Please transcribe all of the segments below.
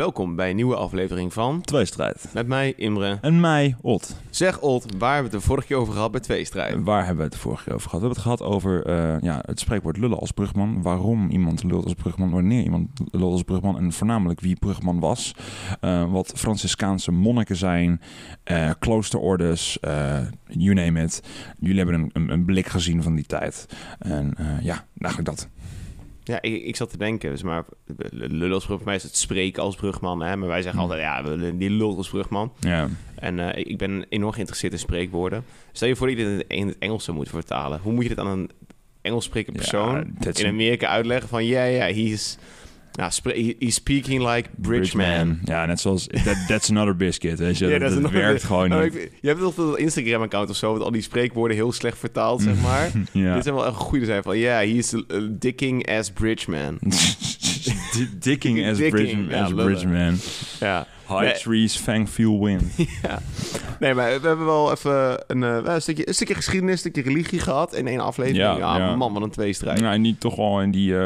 Welkom bij een nieuwe aflevering van Tweestrijd. Met mij, Imre. En mij, Ot. Zeg Ot, waar hebben we het de vorige keer over gehad bij Tweestrijd? Waar hebben we het de vorige keer over gehad? We hebben het gehad over het spreekwoord lullen als brugman. Waarom iemand lult als brugman, wanneer iemand lult als brugman. En voornamelijk wie brugman was. Wat Franciscaanse monniken zijn. Kloosterordes, you name it. Jullie hebben een blik gezien van die tijd. En eigenlijk dat. Ja, ik zat te denken, dus maar lullen als brugman, voor mij is het spreken als brugman. Hè? Maar wij zeggen altijd, die lult als brugman. Ja. En ik ben enorm geïnteresseerd in spreekwoorden. Stel je voor dat je dit in het Engels zou moeten vertalen. Hoe moet je dit aan een Engels sprekende persoon in Amerika uitleggen van... he's speaking like Bridgeman. Ja, net zoals that's another biscuit. Weet je? Dat werkt gewoon niet. Je hebt toch dat Instagram-account of zo... met al die spreekwoorden heel slecht vertaald, zeg maar. Ja. Dit zijn wel echt goede zijn van... he's dicking as Bridgeman. Dicking as Bridgeman. Ja. High trees, fang fuel wind. Ja. Nee, maar we hebben wel even een stukje geschiedenis, een stukje religie gehad in één aflevering. Ja. Man, wat een tweestrijd. Nou, niet toch al in die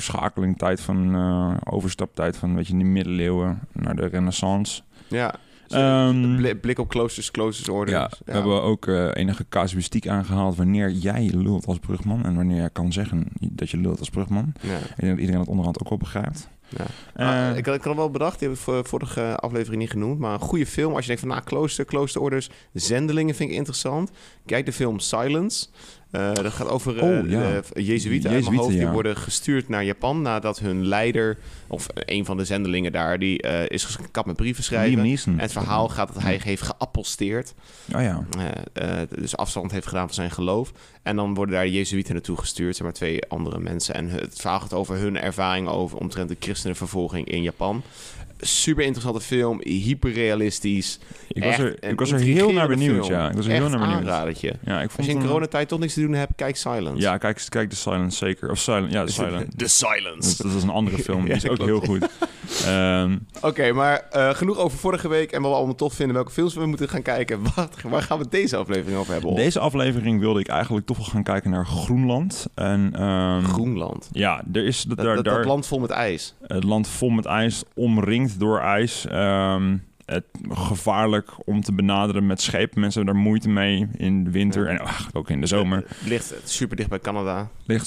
overstaptijd van, weet je, de middeleeuwen naar de renaissance. Ja. Blik op kloosterorde. Ja, we hebben ook enige casuïstiek aangehaald wanneer jij lult als brugman en wanneer jij kan zeggen dat je lult als brugman. Ja. Ik denk dat iedereen dat onderhand ook wel begrijpt. Ja. Ik had wel bedacht, die heb ik voor vorige aflevering niet genoemd, maar een goede film als je denkt van kloosterorders, zendelingen vind ik interessant. Kijk de film Silence. Dat gaat over Jezuïeten uit mijn hoofd. Die worden gestuurd naar Japan nadat hun leider, of een van de zendelingen daar, die is gekapt met brieven schrijven. En het verhaal gaat dat hij heeft geaposteerd. Dus afstand heeft gedaan van zijn geloof. En dan worden daar de Jezuïeten naartoe gestuurd, zeg maar 2 andere mensen. En het verhaal gaat over hun ervaring omtrent de christenenvervolging in Japan. Super interessante film, hyperrealistisch. Ik was er heel naar benieuwd, film. Ik was er heel naar benieuwd. Aanradertje. Ja, als je in coronatijd toch niks te doen hebt, kijk Silence. Ja, kijk The Silence zeker. Of Silence, The Silence. The Silence. Dat is een andere film, die is ook heel goed. Oké, maar genoeg over vorige week en wat we allemaal tof vinden, welke films we moeten gaan kijken. Waar gaan we deze aflevering over hebben? Deze aflevering wilde ik eigenlijk toch wel gaan kijken naar Groenland. Groenland? Ja, er is dat land vol met ijs. Het land vol met ijs, omringd door ijs. Het gevaarlijk om te benaderen met schepen. Mensen hebben daar moeite mee in de winter en ook in de zomer. Het ligt super dicht bij Canada.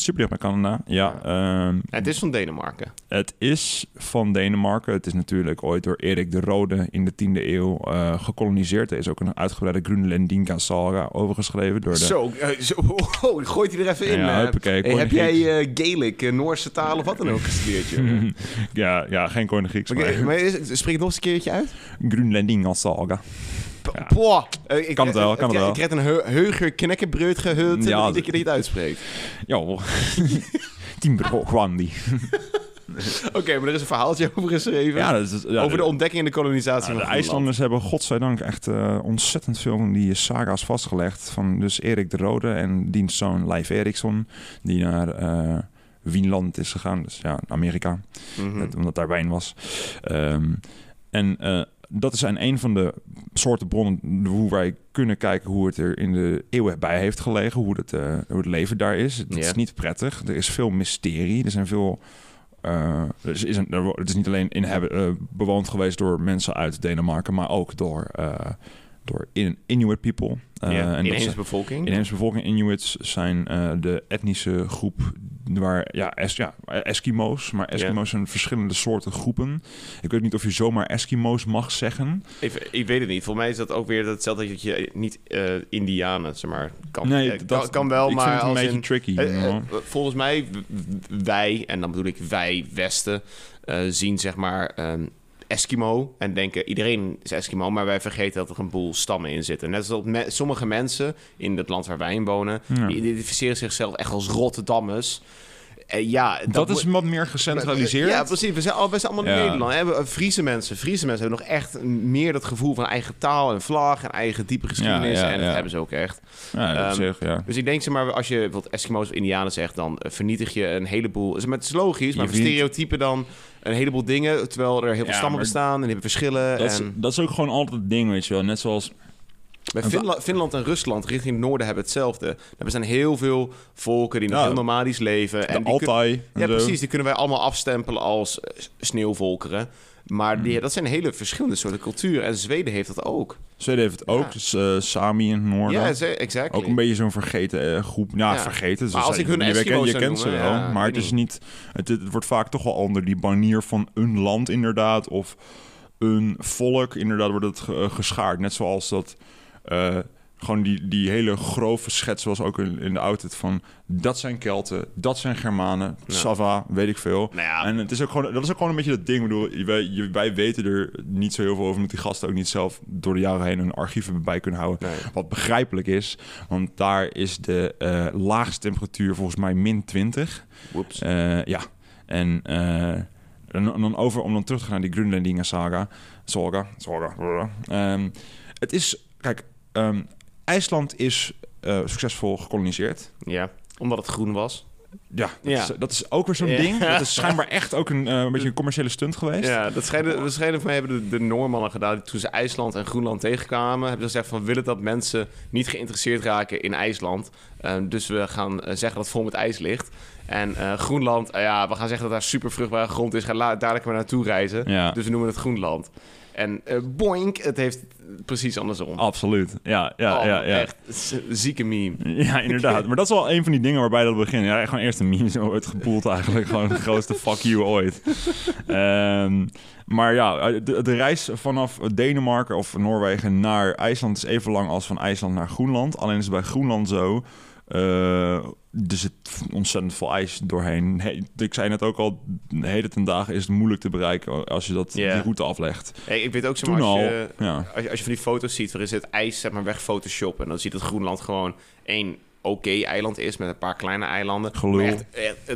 Ja. Het is van Denemarken. Het is van Denemarken. Het is natuurlijk ooit door Erik de Rode in de 10e eeuw gekoloniseerd. Er is ook een uitgebreide Grunlandinga saga over geschreven. Door Gooit hij er even in. Ja, heb jij Gaelic, Noorse taal of wat dan ook gestudeerd? Ja, geen Koning Grieks. Maar spreek het nog eens een keertje uit? Grunlandinga saga. Kan het wel. Ik krijg een heuger knekkenbreud gehuld iedere keer dat je het uitspreekt. Ja, Timbro Gwandi. Oké, maar er is een verhaaltje over geschreven. Over de ontdekking en de kolonisatie van de IJslanders hebben godzijdank echt ontzettend veel van die saga's vastgelegd. Van dus Erik de Rode en diens zoon Leif Eriksson, die naar Wienland is gegaan. Dus ja, Amerika. Mm-hmm. Omdat daar wijn was. Dat is een van de soorten bronnen hoe wij kunnen kijken hoe het er in de eeuwen bij heeft gelegen. Hoe het leven daar is. Het is niet prettig. Er is veel mysterie. Er zijn veel... het is niet alleen bewoond geweest door mensen uit Denemarken, maar ook door Inuit people. Inheemse bevolking. Inheemse bevolking. Inuits zijn de etnische groep waar Eskimo's. Maar Eskimo's zijn verschillende soorten groepen. Ik weet niet of je zomaar Eskimo's mag zeggen. Ik weet het niet. Volgens mij is dat ook weer hetzelfde dat je niet Indianen, zeg maar, kan. Nee, dat kan wel, ik maar vind het een beetje tricky. Volgens mij wij, en dan bedoel ik wij Westen, zien zeg maar Eskimo en denken iedereen is Eskimo, maar wij vergeten dat er een boel stammen in zitten. Net zoals sommige mensen in het land waar wij in wonen, die identificeren zichzelf echt als Rotterdammers. Dat is wat meer gecentraliseerd. Ja, precies. We zijn allemaal in Nederland. Friese mensen hebben nog echt meer dat gevoel van eigen taal en vlag en eigen diepe geschiedenis. Dat hebben ze ook echt. Dus ik denk, zeg maar, als je bijvoorbeeld Eskimo's of Indianen zegt, dan vernietig je een heleboel. Het is logisch, maar stereotypen dan een heleboel dingen, terwijl er heel veel stammen bestaan en die hebben verschillen. Dat is ook gewoon altijd het ding, weet je wel. Net zoals... Bij Finland en Rusland richting het noorden hebben hetzelfde. Er zijn heel veel volken die nog heel nomadisch leven. De Altai. Precies. Die kunnen wij allemaal afstempelen als sneeuwvolkeren. Maar dat zijn hele verschillende soorten culturen. En Zweden heeft dat ook. Zweden heeft het ook. Dus, Sami in het noorden. Ja, exactly. Ook een beetje zo'n vergeten groep. Vergeten. Maar als ik hun Eskimo's je kent ze wel. Ja, maar het is niet... Het wordt vaak toch wel onder die banier van een land inderdaad. Of een volk. Inderdaad wordt het geschaard. Net zoals dat... gewoon die hele grove schets zoals ook in de oudheid van... dat zijn Kelten, dat zijn Germanen, Sava, weet ik veel. Nou ja. En dat is ook gewoon een beetje dat ding. Ik bedoel, wij weten er niet zo heel veel over... omdat die gasten ook niet zelf door de jaren heen... hun archieven bij kunnen houden. Nee. Wat begrijpelijk is, want daar is de laagste temperatuur volgens mij -20. Oeps. Ja, en om dan terug te gaan naar die Grönlandinga saga. Het is, kijk... IJsland is succesvol gekoloniseerd. Ja, omdat het groen was. Ja, dat is ook weer zo'n ding. Dat is schijnbaar echt ook een beetje een commerciële stunt geweest. Ja, dat schijnen van mij hebben de Noormannen gedaan. Toen ze IJsland en Groenland tegenkwamen... hebben ze gezegd van... we willen dat mensen niet geïnteresseerd raken in IJsland. Dus we gaan zeggen dat het vol met ijs ligt. En Groenland, we gaan zeggen dat daar super vruchtbare grond is. Ga dadelijk maar naartoe reizen. Ja. Dus we noemen het Groenland. En boink, het heeft precies andersom. Absoluut, ja. Echt, zieke meme. Ja, inderdaad. Maar dat is wel een van die dingen waarbij dat begint. Ja, gewoon eerst een meme zo uitgepoeld eigenlijk. Gewoon de grootste fuck you ooit. Maar ja, de reis vanaf Denemarken of Noorwegen naar IJsland is even lang als van IJsland naar Groenland. Alleen is het bij Groenland zo... er zit ontzettend veel ijs doorheen. Ik zei net ook al, de hele ten dagen is het moeilijk te bereiken als je die route aflegt. Hey, ik weet ook zo, als je van die foto's ziet, waarin het ijs zeg maar weg Photoshop en dan ziet het Groenland gewoon één eiland is met een paar kleine eilanden. Gelul. Het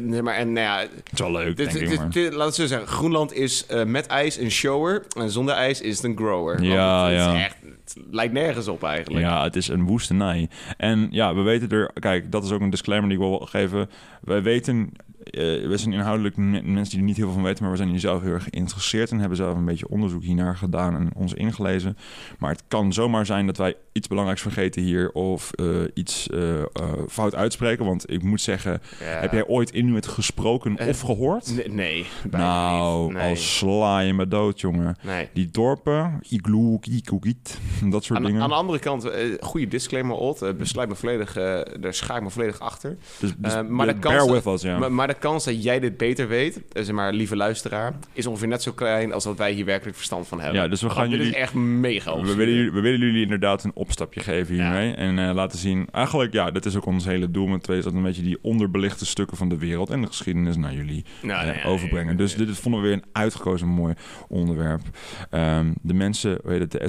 is wel leuk, denk ik maar. Laten we zo zeggen, Groenland is met ijs een shower en zonder ijs is het een grower. Het lijkt nergens op eigenlijk. Ja, het is een woestenij. En ja, we weten er... Kijk, dat is ook een disclaimer die ik wil geven. Wij weten... we zijn inhoudelijk mensen die er niet heel veel van weten... maar we zijn hier zelf heel erg geïnteresseerd... en hebben zelf een beetje onderzoek hiernaar gedaan... en ons ingelezen. Maar het kan zomaar zijn dat wij iets belangrijks vergeten hier... of iets fout uitspreken. Want ik moet zeggen... Heb jij ooit Inuit gesproken of gehoord? Nee. Nou, nee. Als sla je me dood, jongen. Nee. Die dorpen... Igloe, Ikugit, dat soort dingen. Aan de andere kant... goede disclaimer, Old. Besluit me volledig... daar schaar ik me volledig achter. Dus maar de kans... Bear with us, ja. Maar de kans dat jij dit beter weet, zeg maar, lieve luisteraar, is ongeveer net zo klein als dat wij hier werkelijk verstand van hebben. Ja, dus we gaan dit is echt mega. We willen jullie inderdaad een opstapje geven hiermee. Ja. En laten zien. Eigenlijk, dit is ook ons hele doel met twee, is dat een beetje die onderbelichte stukken van de wereld en de geschiedenis naar jullie overbrengen. Dus dit vonden we weer een uitgekozen mooi onderwerp. De mensen,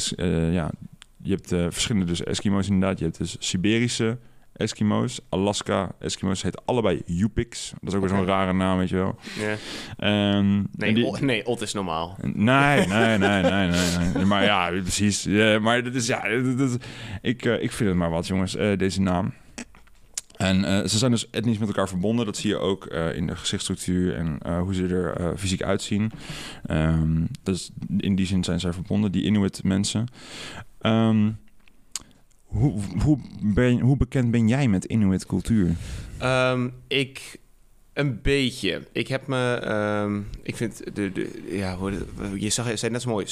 je hebt verschillende dus Eskimo's inderdaad. Je hebt dus Siberische Eskimo's, Alaska Eskimo's, heet allebei Yupiks. Dat is ook weer zo'n rare naam, weet je wel. Yeah. Nee, Ot is normaal. Nee. Maar ja, precies. Maar dat is, ik vind het maar wat, jongens, deze naam. En ze zijn dus etnisch met elkaar verbonden. Dat zie je ook in de gezichtsstructuur en hoe ze er fysiek uitzien. Dus in die zin zijn zij verbonden, die Inuit mensen. Hoe bekend ben jij met Inuit cultuur? Een beetje. Ik heb me... ik vind je zei net zo mooi.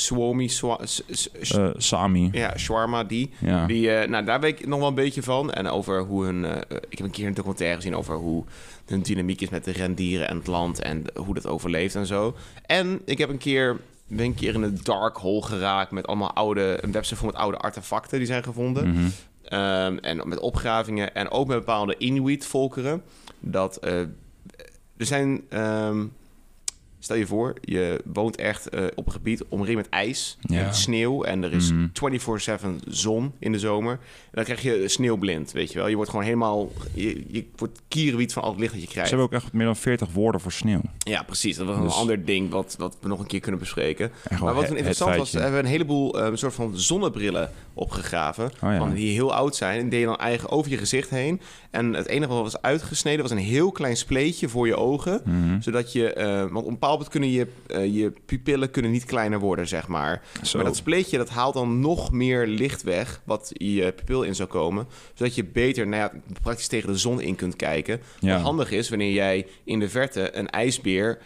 Sami. Ja, shawarma die. Ja. Daar weet ik nog wel een beetje van. En over hoe hun... ik heb een keer een documentaire gezien over hoe hun dynamiek is met de rendieren en het land. En hoe dat overleeft en zo. En ik heb ben een keer in een dark hole geraakt met allemaal een website vol met oude artefacten die zijn gevonden. Mm-hmm. En met opgravingen en ook met bepaalde Inuit-volkeren. Dat er zijn... stel je voor, je woont echt op een gebied omringd met ijs en sneeuw. En er is 24/7 zon in de zomer. En dan krijg je sneeuwblind, weet je wel. Je wordt gewoon helemaal... Je wordt kierenwiet van al het licht dat je krijgt. Ze hebben ook echt meer dan 40 woorden voor sneeuw. Ja, precies. Dat was een ander ding wat we nog een keer kunnen bespreken. Maar wat interessant was, hebben we een heleboel een soort van zonnebrillen opgegraven. Van die heel oud zijn. En deed je dan eigen over je gezicht heen. En het enige wat was uitgesneden was een heel klein spleetje voor je ogen. Mm-hmm. Zodat je... want op een bepaald moment kunnen je pupillen kunnen niet kleiner worden, zeg maar. Zo. Maar dat spleetje, dat haalt dan nog meer licht weg, wat je pupil in zou komen. Zodat je beter, praktisch tegen de zon in kunt kijken. Ja. Wat handig is, wanneer jij in de verte een ijsbeer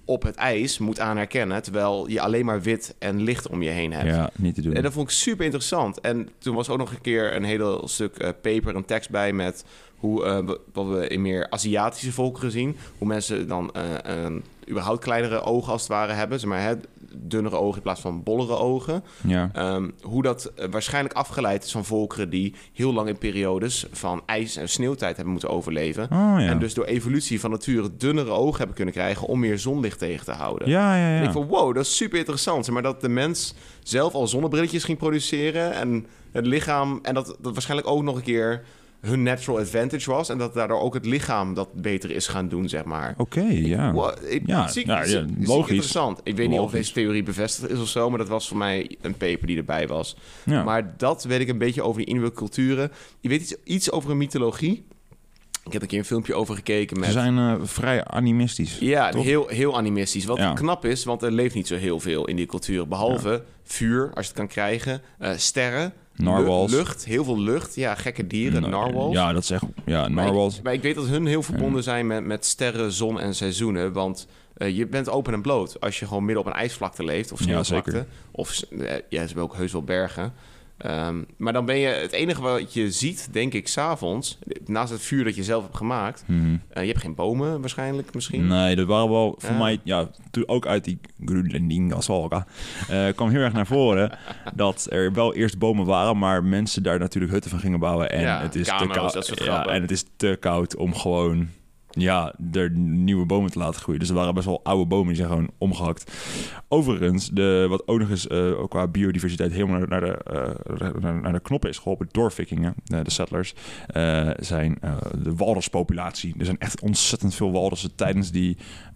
op het ijs moet aan herkennen, terwijl je alleen maar wit en licht om je heen hebt. Ja, niet te doen. En dat vond ik super interessant. En toen was ook nog een keer een hele stuk paper, een tekst bij met hoe wat we in meer Aziatische volkeren zien, hoe mensen dan überhaupt kleinere ogen als het ware hebben, zeg maar, dunnere ogen in plaats van bollere ogen. Ja. Hoe dat waarschijnlijk afgeleid is van volkeren die heel lang in periodes van ijs- en sneeuwtijd hebben moeten overleven. En dus door evolutie van nature dunnere ogen hebben kunnen krijgen om meer zonlicht tegen te houden. Ja. En ik vond, wow, dat is super interessant. Zeg maar dat de mens zelf al zonnebrilletjes ging produceren en het lichaam, en dat waarschijnlijk ook nog een keer hun natural advantage was en dat daardoor ook het lichaam dat beter is gaan doen, zeg maar. Oké, ja. Logisch. Interessant. Ik weet niet of deze theorie bevestigd is of zo, maar dat was voor mij een paper die erbij was. Ja. Maar dat weet ik een beetje over die individuele culturen. Je weet iets over een mythologie. Ik heb een keer een filmpje over gekeken. Ze zijn vrij animistisch. Ja, heel animistisch. Wat knap is, want er leeft niet zo heel veel in die cultuur. Behalve vuur, als je het kan krijgen. Sterren. Narwhals. Lucht, heel veel lucht. Ja, gekke dieren, narwhals. Ja, dat is echt... Ja, narwhals. Maar ik weet dat hun heel verbonden zijn met sterren, zon en seizoenen. Want je bent open en bloot als je gewoon midden op een ijsvlakte leeft. Of sneeuwvlakte. Ja, of ze hebben ook heus wel bergen. Maar dan ben je het enige wat je ziet, denk ik, 's avonds, naast het vuur dat je zelf hebt gemaakt. Je hebt geen bomen waarschijnlijk misschien. Nee, dat waren wel voor mij, ook uit die Groenlandinga Saga, kwam heel erg naar voren dat er wel eerst bomen waren, maar mensen daar natuurlijk hutten van gingen bouwen. En het is te koud. En het is te koud om gewoon er nieuwe bomen te laten groeien. Dus er waren best wel oude bomen die zijn gewoon omgehakt. Overigens, wat ook nog eens qua biodiversiteit helemaal naar de knoppen is geholpen door vikingen, de settlers, zijn de walruspopulatie. Er zijn echt ontzettend veel walrussen tijdens die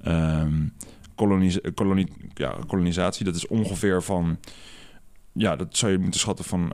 kolonisatie. Dat is ongeveer van... Ja, dat zou je moeten schatten van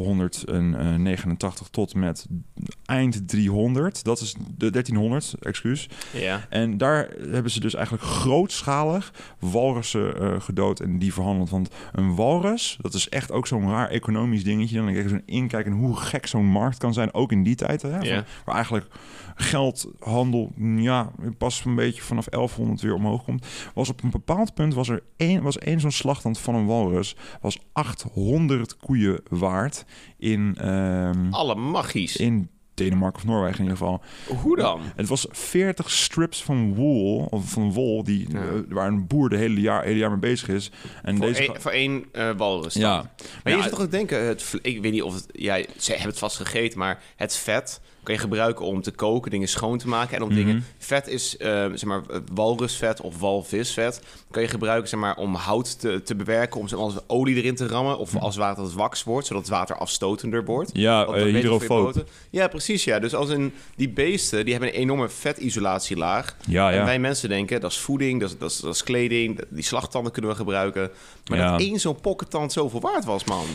989 tot met eind 300. Dat is de 1300, excuus. Ja. En daar hebben ze dus eigenlijk grootschalig walrussen gedood en die verhandeld. Want een walrus, dat is echt ook zo'n raar economisch dingetje. Dan krijg je zo'n inkijk in hoe gek zo'n markt kan zijn, ook in die tijd. Hè, waar eigenlijk geldhandel pas een beetje vanaf 1100 weer omhoog komt. Was op een bepaald punt was één zo'n slagtand van een walrus was 800 koeien waard in alle magisch in Denemarken of Noorwegen in ieder geval. Hoe dan? Het was 40 strips van wol die waar een boer de hele jaar mee bezig is. En voor één walrus. Ja. Maar je zit toch ook denken, ik weet niet of het, ze hebben het vast gegeten, maar het vet kan je gebruiken om te koken, dingen schoon te maken en om dingen. Vet is zeg maar walrusvet of walvisvet. Kan je gebruiken zeg maar om hout te bewerken, om als olie erin te rammen of als water het wax wordt, zodat het water afstotender wordt. Ja, hydrofoob. Ja, precies. Ja, dus als in die beesten, die hebben een enorme vetisolatielaag. Ja. En wij mensen denken, dat is voeding, dat is kleding, die slagtanden kunnen we gebruiken. Maar dat één zo'n pokkentand zoveel waard was, man.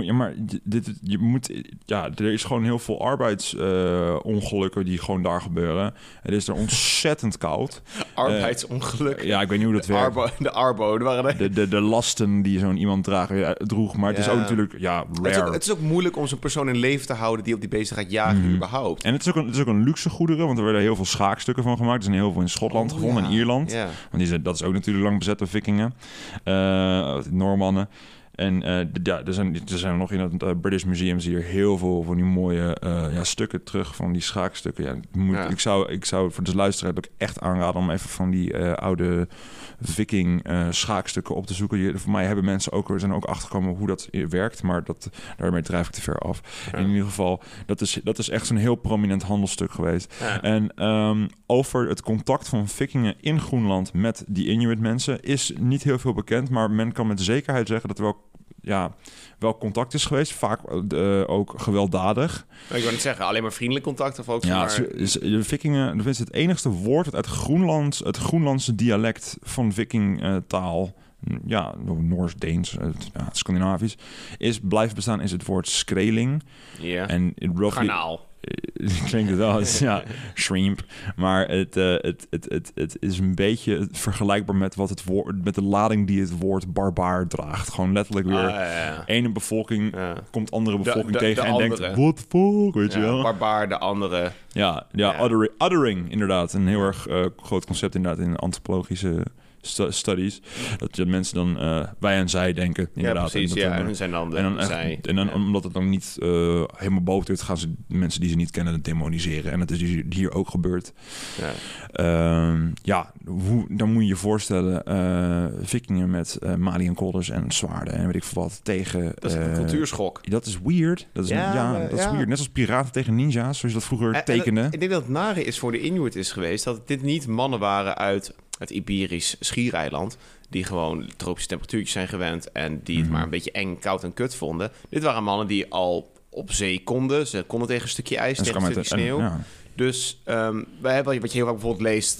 Er is gewoon heel veel arbeidsongelukken die gewoon daar gebeuren. Het is er ontzettend koud. Arbeidsongelukken? Ja, ik weet niet hoe dat werkt. De arbo. De lasten die zo'n iemand droeg. Maar het is ook natuurlijk, rare. Het is ook moeilijk om zo'n persoon in leven te houden die op die beesten gaat jagen überhaupt. En het is ook een luxe goederen, want er werden heel veel schaakstukken van gemaakt. Er zijn heel veel in Schotland gevonden, in Ierland. Ja. Want dat is ook natuurlijk lang bezet door vikingen. Normannen. En er zijn nog in het British Museum zie je heel veel van die mooie stukken terug van die schaakstukken. Ik zou voor de luisteraar ook echt aanraden om even van die oude viking schaakstukken op te zoeken. Voor mij hebben mensen zijn ook achtergekomen hoe dat werkt, maar daarmee drijf ik te ver af. Ja. In ieder geval, dat is echt zo'n heel prominent handelstuk geweest. Ja. En over het contact van vikingen in Groenland met die Inuit mensen is niet heel veel bekend, maar men kan met zekerheid zeggen dat er wel contact is geweest. Vaak ook gewelddadig. Ik wil niet zeggen, alleen maar vriendelijk contact of ook de vikingen, dat is het enigste woord dat uit het Groenlandse dialect van vikingtaal, Noors-Deens, Scandinavisch, blijft bestaan, is het woord skreling. Ja. En garnaal. Klinkt het wel shrimp. Maar het is een beetje vergelijkbaar met met de lading die het woord barbaar draagt. Gewoon letterlijk weer ene bevolking komt andere bevolking tegen en denkt, what the fuck, weet je wel? Barbaar, de andere. Ja. Othering inderdaad. Een heel erg groot concept inderdaad in antropologische studies. Dat je mensen dan wij en zij denken. Inderdaad. Ja, precies. En hun zijn dan zij. En dan, omdat het dan niet helemaal botert, gaan ze mensen die ze niet kennen demoniseren. En dat is hier ook gebeurd. Dan moet je je voorstellen, vikingen met Maliënkolders en zwaarden en weet ik veel wat tegen... Dat is een cultuurschok. Dat is weird. Dat is weird. Net als piraten tegen ninja's, zoals je dat vroeger tekende. Ik denk dat het nare is voor de Inuit is geweest dat dit niet mannen waren uit het Iberisch schiereiland, die gewoon tropische temperatuurtjes zijn gewend en die het maar een beetje eng, koud en kut vonden. Dit waren mannen die al op zee konden. Ze konden tegen een stukje ijs, tegen een stukje sneeuw. Dus wij hebben wat je heel vaak bijvoorbeeld leest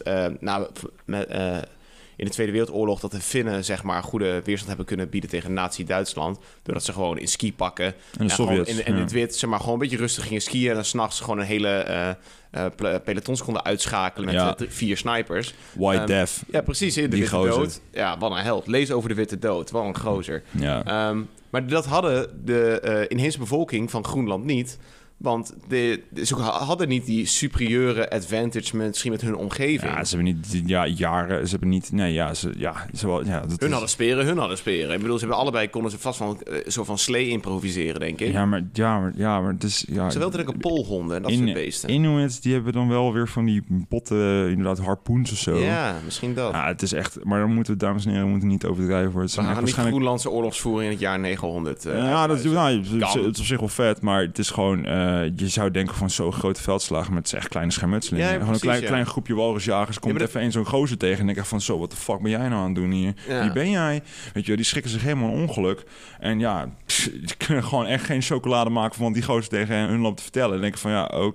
in de Tweede Wereldoorlog, dat de Finnen zeg maar goede weerstand hebben kunnen bieden tegen Nazi-Duitsland, doordat ze gewoon in skipakken en in het wit zeg maar gewoon een beetje rustig gingen skiën en dan 's nachts gewoon een hele pelotons konden uitschakelen met 4 snipers. White Death. Ja, precies. De Witte Dood. Ja, wat een held. Lees over de Witte Dood. Wat een gozer. Ja. Maar dat hadden de inheemse bevolking van Groenland niet. Want ze hadden niet die superieure advantage misschien met hun omgeving. Ja, ze hebben niet jaren. Ze hebben niet. Nee, Hun hadden speren. Ik bedoel, ze hebben allebei konden ze vast van een soort van slee improviseren, denk ik. Ja, maar het is. Ja, ze wilden ook polhonden en dat soort beesten. Inuits die hebben dan wel weer van die botten, inderdaad harpoens of zo. Ja, misschien dat. Ja, het is echt. Maar dan moeten we, dames en heren, niet overdrijven worden. We gaan niet Groenlandse oorlogsvoering in het jaar 900. Het is op zich wel vet, maar het is gewoon. Je zou denken van zo'n grote veldslagen, maar het is echt kleine schermutselingen. Ja, gewoon een klein groepje walrusjagers komt even een zo'n gozer tegen en denk echt van zo, wat de fuck ben jij nou aan het doen hier? Ja. Wie ben jij? Weet je, die schrikken zich helemaal een ongeluk. En die kunnen gewoon echt geen chocolade maken van die gozer tegen hun loopt te vertellen. En denken van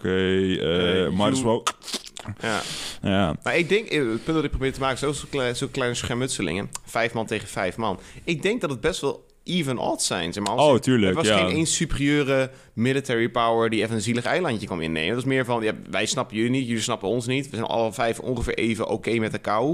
might as well. Ja. Maar ik denk, het punt dat ik probeer te maken, zo kleine schermutselingen, 5 man tegen 5 man. Ik denk dat het best wel even odds zijn. Zeg maar, tuurlijk. Er was geen één superieure military power die even een zielig eilandje kwam innemen. Dat was meer van, wij snappen jullie niet, jullie snappen ons niet. We zijn alle 5 ongeveer even oké met de kou.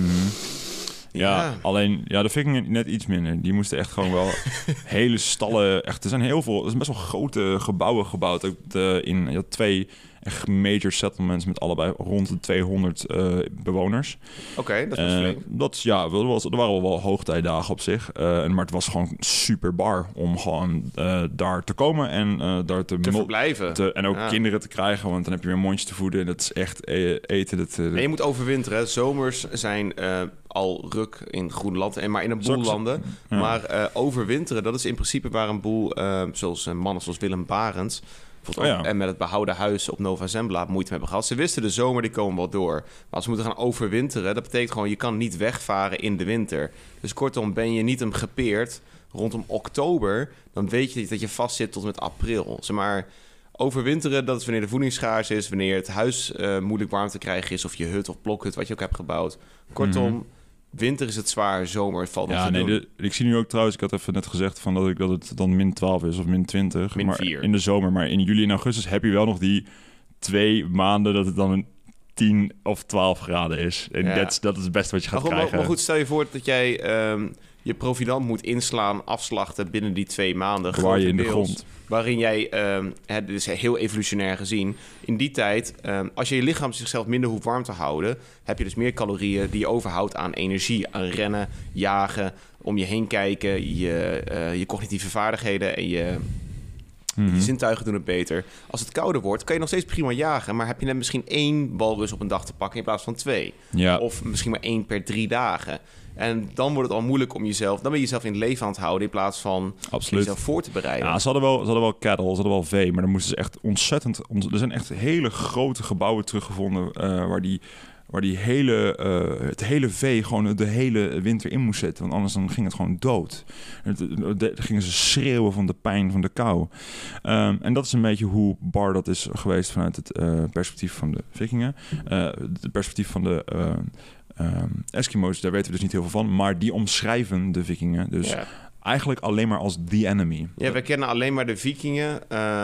Ja, alleen de vikingen net iets minder. Die moesten echt gewoon wel hele stallen. Echt, er zijn heel veel. Er zijn best wel grote gebouwen gebouwd. Ook je had 2 echt major settlements met allebei rond de 200 bewoners. Oké, dat is flink. Er waren wel hoogtijdagen op zich. Maar het was gewoon super bar om gewoon daar te komen en daar te verblijven. En ook kinderen te krijgen, want dan heb je weer mondjes te voeden. Dat is echt eten. En je moet overwinteren. Zomers zijn al ruk in Groenland, maar in een boel landen. Ja. Maar overwinteren, dat is in principe waar een boel, zoals mannen zoals Willem Barents, en met het behouden huis op Nova Zembla moeite hebben gehad. Ze wisten de zomer, die komen wel door. Maar als ze moeten gaan overwinteren, dat betekent gewoon, je kan niet wegvaren in de winter. Dus kortom, ben je niet hem gepeerd rondom oktober, dan weet je dat je vast zit tot met april. Zeg maar, overwinteren, dat is wanneer de voeding schaars is, wanneer het huis moeilijk warm te krijgen is, of je hut of blokhut, wat je ook hebt gebouwd. Kortom, winter is het zwaar, zomer valt nog te doen. Ik zie nu ook trouwens, ik had even net gezegd van dat het dan min 12 is of min 20. Min 4. In de zomer, maar in juli en augustus heb je wel nog die 2 maanden dat het dan een 10 of 12 graden is. En dat is het beste wat je gaat krijgen. Maar goed, stel je voor dat jij je providant moet inslaan, afslachten binnen die 2 maanden. Waar je in de grond. Waarin jij, dit is heel evolutionair gezien, in die tijd, als je lichaam zichzelf minder hoeft warm te houden, heb je dus meer calorieën die je overhoudt aan energie, aan rennen, jagen, om je heen kijken, je cognitieve vaardigheden en je zintuigen doen het beter. Als het kouder wordt, kan je nog steeds prima jagen, maar heb je net misschien 1 walrus op een dag te pakken in plaats van 2. Ja. Of misschien maar 1 per 3 dagen. En dan wordt het al moeilijk om jezelf... Dan ben je jezelf in het leven aan het houden in plaats van jezelf voor te bereiden. Ja, ze hadden wel cattle, ze hadden wel vee, maar dan moesten ze echt ontzettend... Er zijn echt hele grote gebouwen teruggevonden waar het hele vee gewoon de hele winter in moest zitten. Want anders dan ging het gewoon dood. Dan gingen ze schreeuwen van de pijn van de kou. En dat is een beetje hoe bar dat is geweest vanuit het perspectief van de vikingen. Het perspectief van de... Eskimo's, daar weten we dus niet heel veel van, maar die omschrijven de vikingen dus eigenlijk alleen maar als the enemy. Ja, we kennen alleen maar de vikingen.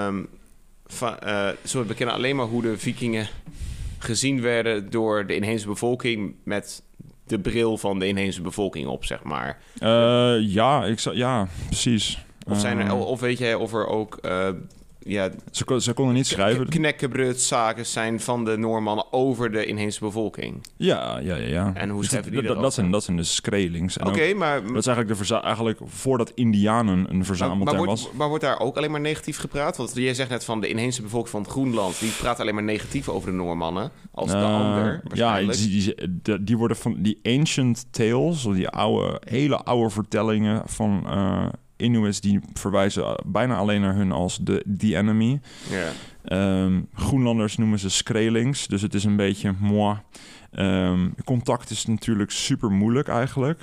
We kennen alleen maar hoe de vikingen gezien werden door de inheemse bevolking met de bril van de inheemse bevolking op, zeg maar. Precies. Of weet jij of er ook Ja, Ze konden niet schrijven. Knekkenbrutzaken zijn van de Noormannen over de inheemse bevolking. Ja. En hoe schrijven die dat zijn dus Skrelings. Oké, maar... Dat is eigenlijk voordat Indianen een verzamelterm was. Maar wordt daar ook alleen maar negatief gepraat? Want jij zegt net van de inheemse bevolking van Groenland... die praat alleen maar negatief over de Noormannen. Als de ander, waarschijnlijk. Ja, die worden van die ancient tales... of die hele oude vertellingen van... Inuits die verwijzen bijna alleen naar hun als the enemy. Yeah. Groenlanders noemen ze Skrelings, dus het is een beetje moi. Contact is natuurlijk super moeilijk eigenlijk.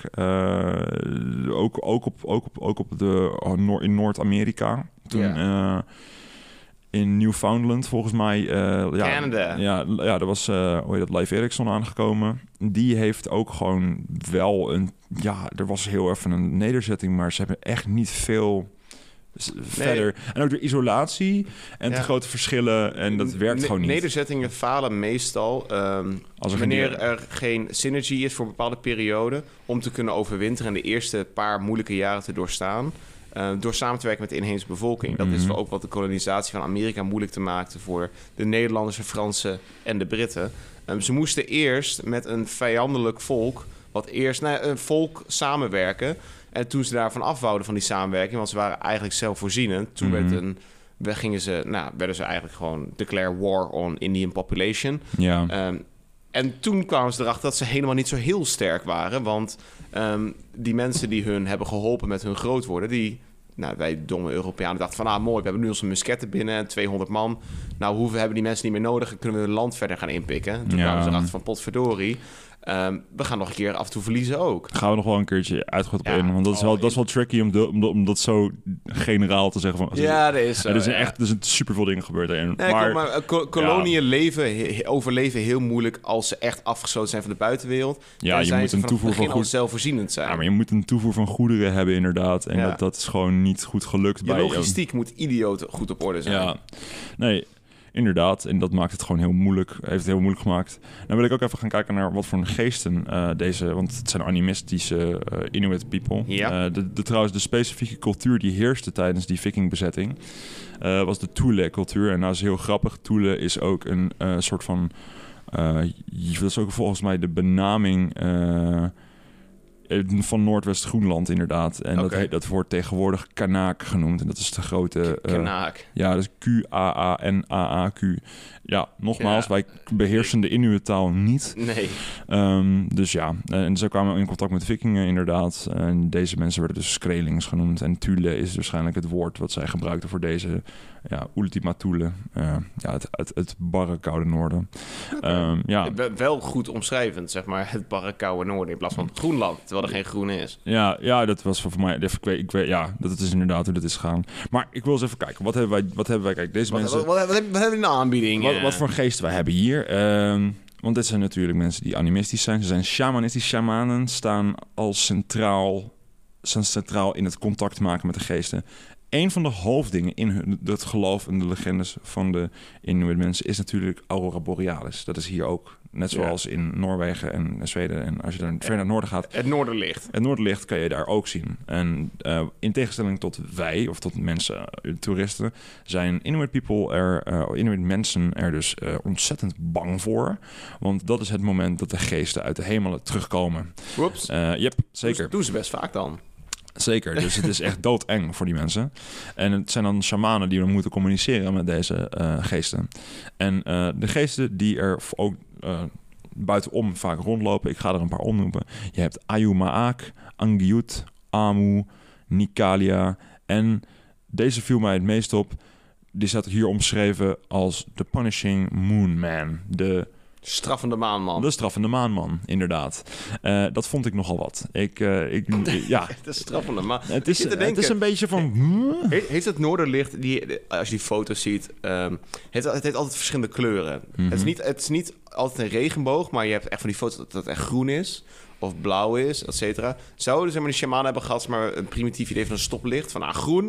Ook op in Noord-Amerika. Toen in Newfoundland volgens mij. Canada. Ja, er was Leif Erikson aangekomen. Die heeft ook gewoon wel een... Ja, er was heel even een nederzetting, maar ze hebben echt niet veel verder. En ook de isolatie en de grote verschillen. En dat werkt gewoon niet. Nederzettingen falen meestal wanneer er geen synergy is voor een bepaalde periode... om te kunnen overwinteren en de eerste paar moeilijke jaren te doorstaan... door samen te werken met de inheemse bevolking. Dat is ook wat de kolonisatie van Amerika moeilijk te maken... voor de Nederlanders, de Fransen en de Britten. Ze moesten eerst met een vijandelijk volk... een volk samenwerken. En toen ze daarvan afwouden van die samenwerking... want ze waren eigenlijk zelfvoorzienend... toen werden ze eigenlijk gewoon... declare war on Indian population. Ja. En toen kwamen ze erachter dat ze helemaal niet zo heel sterk waren... want die mensen die hun hebben geholpen met hun groot worden... wij domme Europeanen dachten van... mooi, we hebben nu onze musketten binnen en 200 man. Nou, hebben die mensen niet meer nodig... en kunnen we hun land verder gaan inpikken. Toen kwamen ze erachter van potverdorie... we gaan nog een keer af en toe verliezen ook. Gaan we nog wel een keertje uitgaan in. Want dat is wel tricky om dat zo generaal te zeggen. Van, dat is zo. Er zijn super veel dingen gebeurd erin. Nee, koloniën overleven heel moeilijk... als ze echt afgesloten zijn van de buitenwereld. Ja, je moet een toevoer van zelfvoorzienend zijn. Ja, maar je moet een toevoer van goederen hebben inderdaad. En dat is gewoon niet goed gelukt. Je logistiek moet idioot goed op orde zijn. Ja, nee... Inderdaad, en dat maakt het gewoon heel moeilijk. Heeft het heel moeilijk gemaakt. Dan wil ik ook even gaan kijken naar wat voor geesten want het zijn animistische Inuit people. Ja. Trouwens, de specifieke cultuur die heerste tijdens die vikingbezetting was de Thule-cultuur. En dat is heel grappig. Thule is ook een soort van... dat is ook volgens mij de benaming... van Noordwest-Groenland inderdaad. En dat wordt tegenwoordig Kanak genoemd. En dat is de grote... Kanak. Ja, dat is Q-A-A-N-A-A-Q. Ja, nogmaals, wij beheersen de Inuit-taal niet. Nee. Dus ja, en ze kwamen in contact met vikingen inderdaad. En deze mensen werden dus Skrelings genoemd. En Thule is waarschijnlijk het woord wat zij gebruikten voor deze... Ultima Thule. Het barre koude noorden. Wel goed omschrijvend, zeg maar. Het barre koude noorden in plaats van Groenland. Terwijl er geen groen is. Ja, dat was voor mij... Ik weet, dat is inderdaad hoe dat is gegaan. Maar ik wil eens even kijken. Wat hebben wij? Kijk, deze mensen... Wat hebben we in de aanbieding? Wat voor geesten wij hebben hier? Want dit zijn natuurlijk mensen die animistisch zijn. Ze zijn shamanistisch. Shamanen staan centraal in het contact maken met de geesten. Een van de hoofddingen in het geloof en de legendes van de Inuit mensen is natuurlijk Aurora Borealis. Dat is hier ook, net zoals in Noorwegen en Zweden. En als je dan verder naar het noorden gaat... Het noorderlicht. Het noorderlicht kan je daar ook zien. En in tegenstelling tot wij, of tot mensen, toeristen, zijn Inuit mensen er dus ontzettend bang voor. Want dat is het moment dat de geesten uit de hemelen terugkomen. Whoops. Zeker. Doen ze best vaak dan. Zeker, dus het is echt doodeng voor die mensen. En het zijn dan shamanen die dan moeten communiceren met deze geesten. En de geesten die er ook buitenom vaak rondlopen, ik ga er een paar opnoemen. Je hebt Ayumaak, Angiut, Amu, Nikalia. En deze viel mij het meest op. Die staat hier omschreven als The Punishing Moon Man. De straffende maanman. De straffende maanman, inderdaad. Dat vond ik nogal wat. De straffende maan. Het is een beetje van... Heeft het noorderlicht, als je die foto's ziet... het heeft altijd verschillende kleuren. Mm-hmm. Het is niet altijd een regenboog... maar je hebt echt van die foto's dat het echt groen is... of blauw is, et cetera. Zouden ze maar een shaman hebben gehad... maar een primitief idee van een stoplicht... van groen...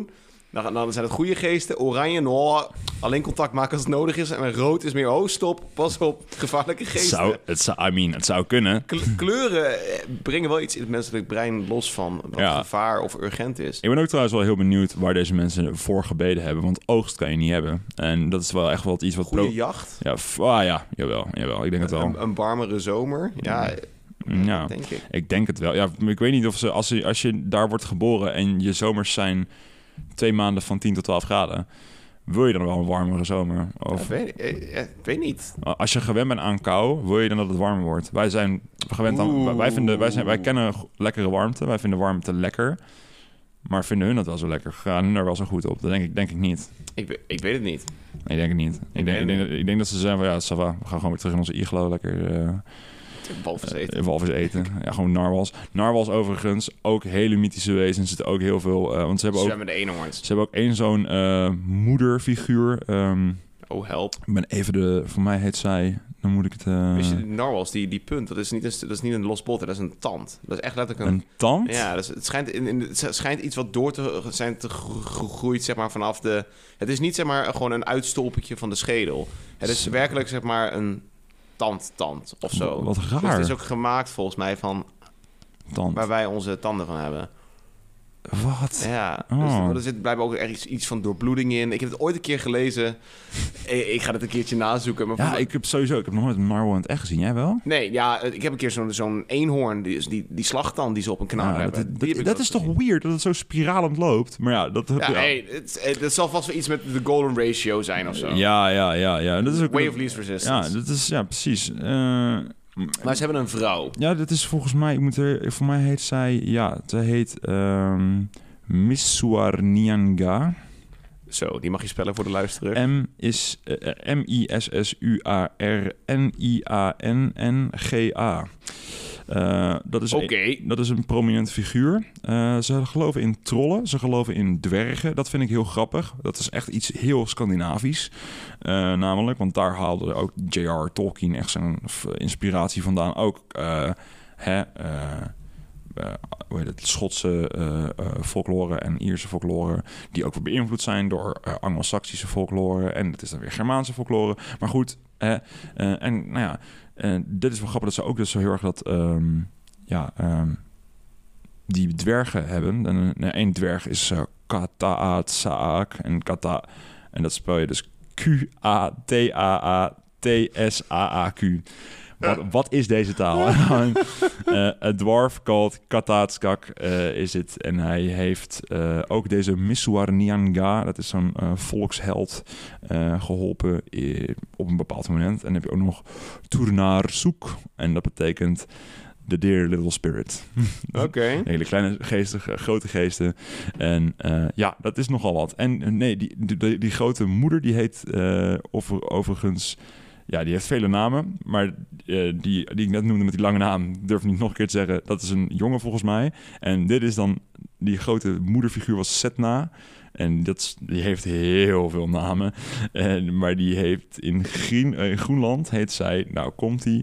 Dan zijn het goede geesten. Oranje, alleen contact maken als het nodig is. En rood is meer, stop, pas op, gevaarlijke geesten. Het zou kunnen. Kleuren brengen wel iets in het menselijk brein los van wat gevaar of urgent is. Ik ben ook trouwens wel heel benieuwd waar deze mensen voor gebeden hebben. Want oogst kan je niet hebben. En dat is wel echt wel iets wat... Goede jacht? Ja, jawel. Ik denk het wel. Een warmere zomer? Ja, denk ik. Ik denk het wel. Ja, ik weet niet of ze... Als je daar wordt geboren en je zomers zijn 2 maanden van 10 tot 12 graden... Wil je dan wel een warmere zomer? Of, weet niet. Als je gewend bent aan kou, wil je dan dat het warmer wordt? Wij zijn gewend aan... Wij kennen lekkere warmte. Wij vinden warmte lekker. Maar vinden hun dat wel zo lekker? Gaan hun er wel zo goed op? Dat denk ik niet. Ik weet het niet. Nee, ik denk het niet. Ik denk dat ze zeggen van... Ja, ça va, we gaan gewoon weer terug in onze iglo. Lekker... walvis eten. Ja, gewoon narwhals. Narwhals overigens, ook hele mythische wezens. Zitten ook heel veel... want ze hebben ook... de eenhoorns. Ze hebben ook één zo'n moederfiguur. Help. Ik ben even voor mij heet zij... Dan moet ik het... Weet je, de narwhals, die punt, dat is niet een los bot, dat is een tand. Dat is echt letterlijk een tand? Ja, het schijnt iets wat door te zijn gegroeid, zeg maar, vanaf de... Het is niet, zeg maar, gewoon een uitstolpetje van de schedel. Het is werkelijk, zeg maar, een tand of zo. Wat raar. Dus het is ook gemaakt, volgens mij, van... Tand. Waar wij onze tanden van hebben. Wat? Ja, dus er zit blijkbaar ook ergens iets van doorbloeding in. Ik heb het ooit een keer gelezen. Ik ga het een keertje nazoeken. Maar ik heb nog nooit een narwhal in het echt gezien. Jij wel? Nee, ja, ik heb een keer zo'n eenhoorn, die slagtand die ze op een kanaal hebben. Dat is toch weird dat het zo spiralend loopt? Maar ja, dat... het zal vast wel iets met de golden ratio zijn of zo. Ja. Dat is ook Way of least resistance. Ja, dat is... Ja, precies. Maar ze hebben een vrouw. Ja, dat is volgens mij... voor mij heet zij... Ja, ze heet Missuarnianga. Zo, die mag je spellen voor de luisteraar. Missuarnianga. Dat is een prominente figuur. Ze geloven in trollen. Ze geloven in dwergen. Dat vind ik heel grappig. Dat is echt iets heel Scandinavisch. Namelijk, want daar haalde ook J.R. Tolkien echt zijn inspiratie vandaan. Ook Schotse folklore en Ierse folklore... die ook weer beïnvloed zijn door Anglo-Saxische folklore. En het is dan weer Germaanse folklore. Maar goed, dit is wel grappig dat ze ook dus zo heel erg dat... die dwergen hebben. En één dwerg is Kataatsaak. En dat spel je dus Qataatsaaq. Wat is deze taal? A dwarf called Kataatskak is het. En hij heeft ook deze Missuarnianga, dat is zo'n volksheld, geholpen op een bepaald moment. En dan heb je ook nog Tournaarzoek. En dat betekent The Dear Little Spirit. Oké. Hele kleine geesten, grote geesten. En dat is nogal wat. En nee, die grote moeder, die heet overigens... Ja, die heeft vele namen, maar die ik net noemde met die lange naam, durf ik niet nog een keer te zeggen. Dat is een jongen volgens mij. En dit is dan, die grote moederfiguur was Setna. En die heeft heel veel namen. Maar die heeft in Groenland, heet zij, nou komt-ie,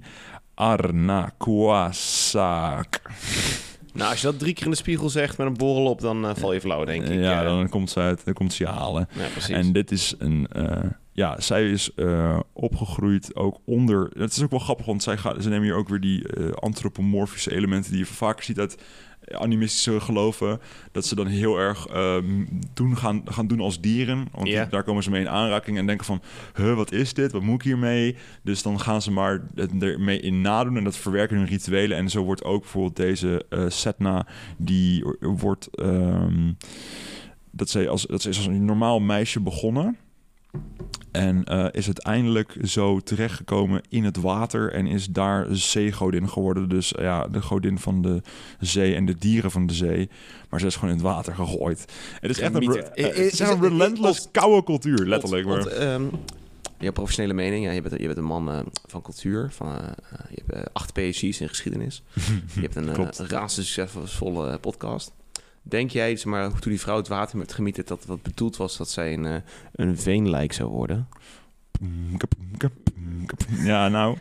Arnaquasaak. Nou, als je dat 3 keer in de spiegel zegt met een borrel op, dan val je flauw, denk ik. Ja, dan komt ze halen. Ja, precies. En dit is een... zij is opgegroeid ook onder... Het is ook wel grappig, want ze nemen hier ook weer die antropomorfische elementen... die je vaker ziet uit animistische geloven. Dat ze dan heel erg gaan doen als dieren. Want daar komen ze mee in aanraking en denken van... wat is dit? Wat moet ik hiermee? Dus dan gaan ze maar ermee in nadoen en dat verwerken hun rituelen. En zo wordt ook bijvoorbeeld deze Setna... die wordt... dat is als een normaal meisje begonnen... En is uiteindelijk zo terechtgekomen in het water... en is daar zeegodin geworden. Dus de godin van de zee en de dieren van de zee. Maar ze is gewoon in het water gegooid. Het is echt een relentless koude cultuur, letterlijk. Jouw professionele mening, je bent een man van cultuur. Je hebt 8 PhD's in geschiedenis. Je hebt een razend succesvolle podcast. Denk jij, zeg maar, toen die vrouw het water met gemieterd... dat wat bedoeld was dat zij een veenlijk zou worden? Ja, nou,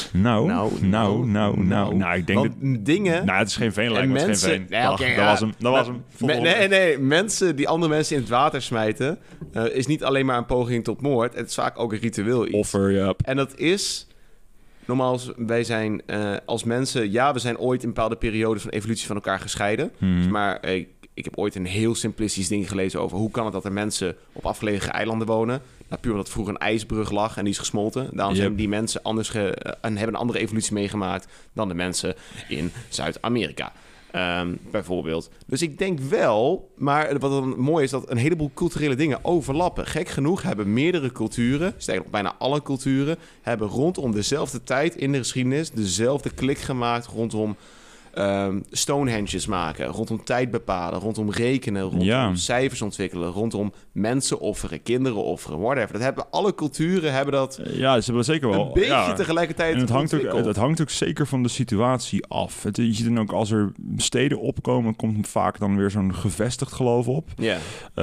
ik denk dat dingen... Nou, het is geen veenlijk, en het is mensen, geen veen. Nee, okay, dat was hem. Nee, mensen die andere mensen in het water smijten... is niet alleen maar een poging tot moord. Het is vaak ook een ritueel iets. Offer, ja. En dat is... Nogmaals, wij zijn als mensen... Ja, we zijn ooit in bepaalde periodes van evolutie van elkaar gescheiden. Maar ik heb ooit een heel simplistisch ding gelezen over... hoe kan het dat er mensen op afgelegen eilanden wonen... Nou, puur omdat vroeger een ijsbrug lag en die is gesmolten. Daarom zijn die mensen anders en hebben een andere evolutie meegemaakt... dan de mensen in Zuid-Amerika. Bijvoorbeeld. Dus ik denk wel, maar wat dan mooi is... dat een heleboel culturele dingen overlappen. Gek genoeg hebben meerdere culturen... sterker nog bijna alle culturen... hebben rondom dezelfde tijd in de geschiedenis... dezelfde klik gemaakt rondom... Stonehenges maken, rondom tijd bepalen, rondom rekenen, rondom cijfers ontwikkelen, rondom mensen offeren, kinderen offeren, whatever. Dat hebben alle culturen hebben dat. Ja, ze hebben zeker wel een beetje tegelijkertijd. En het hangt ook zeker van de situatie af. Je ziet dan ook als er steden opkomen, komt vaak dan weer zo'n gevestigd geloof op. Ja.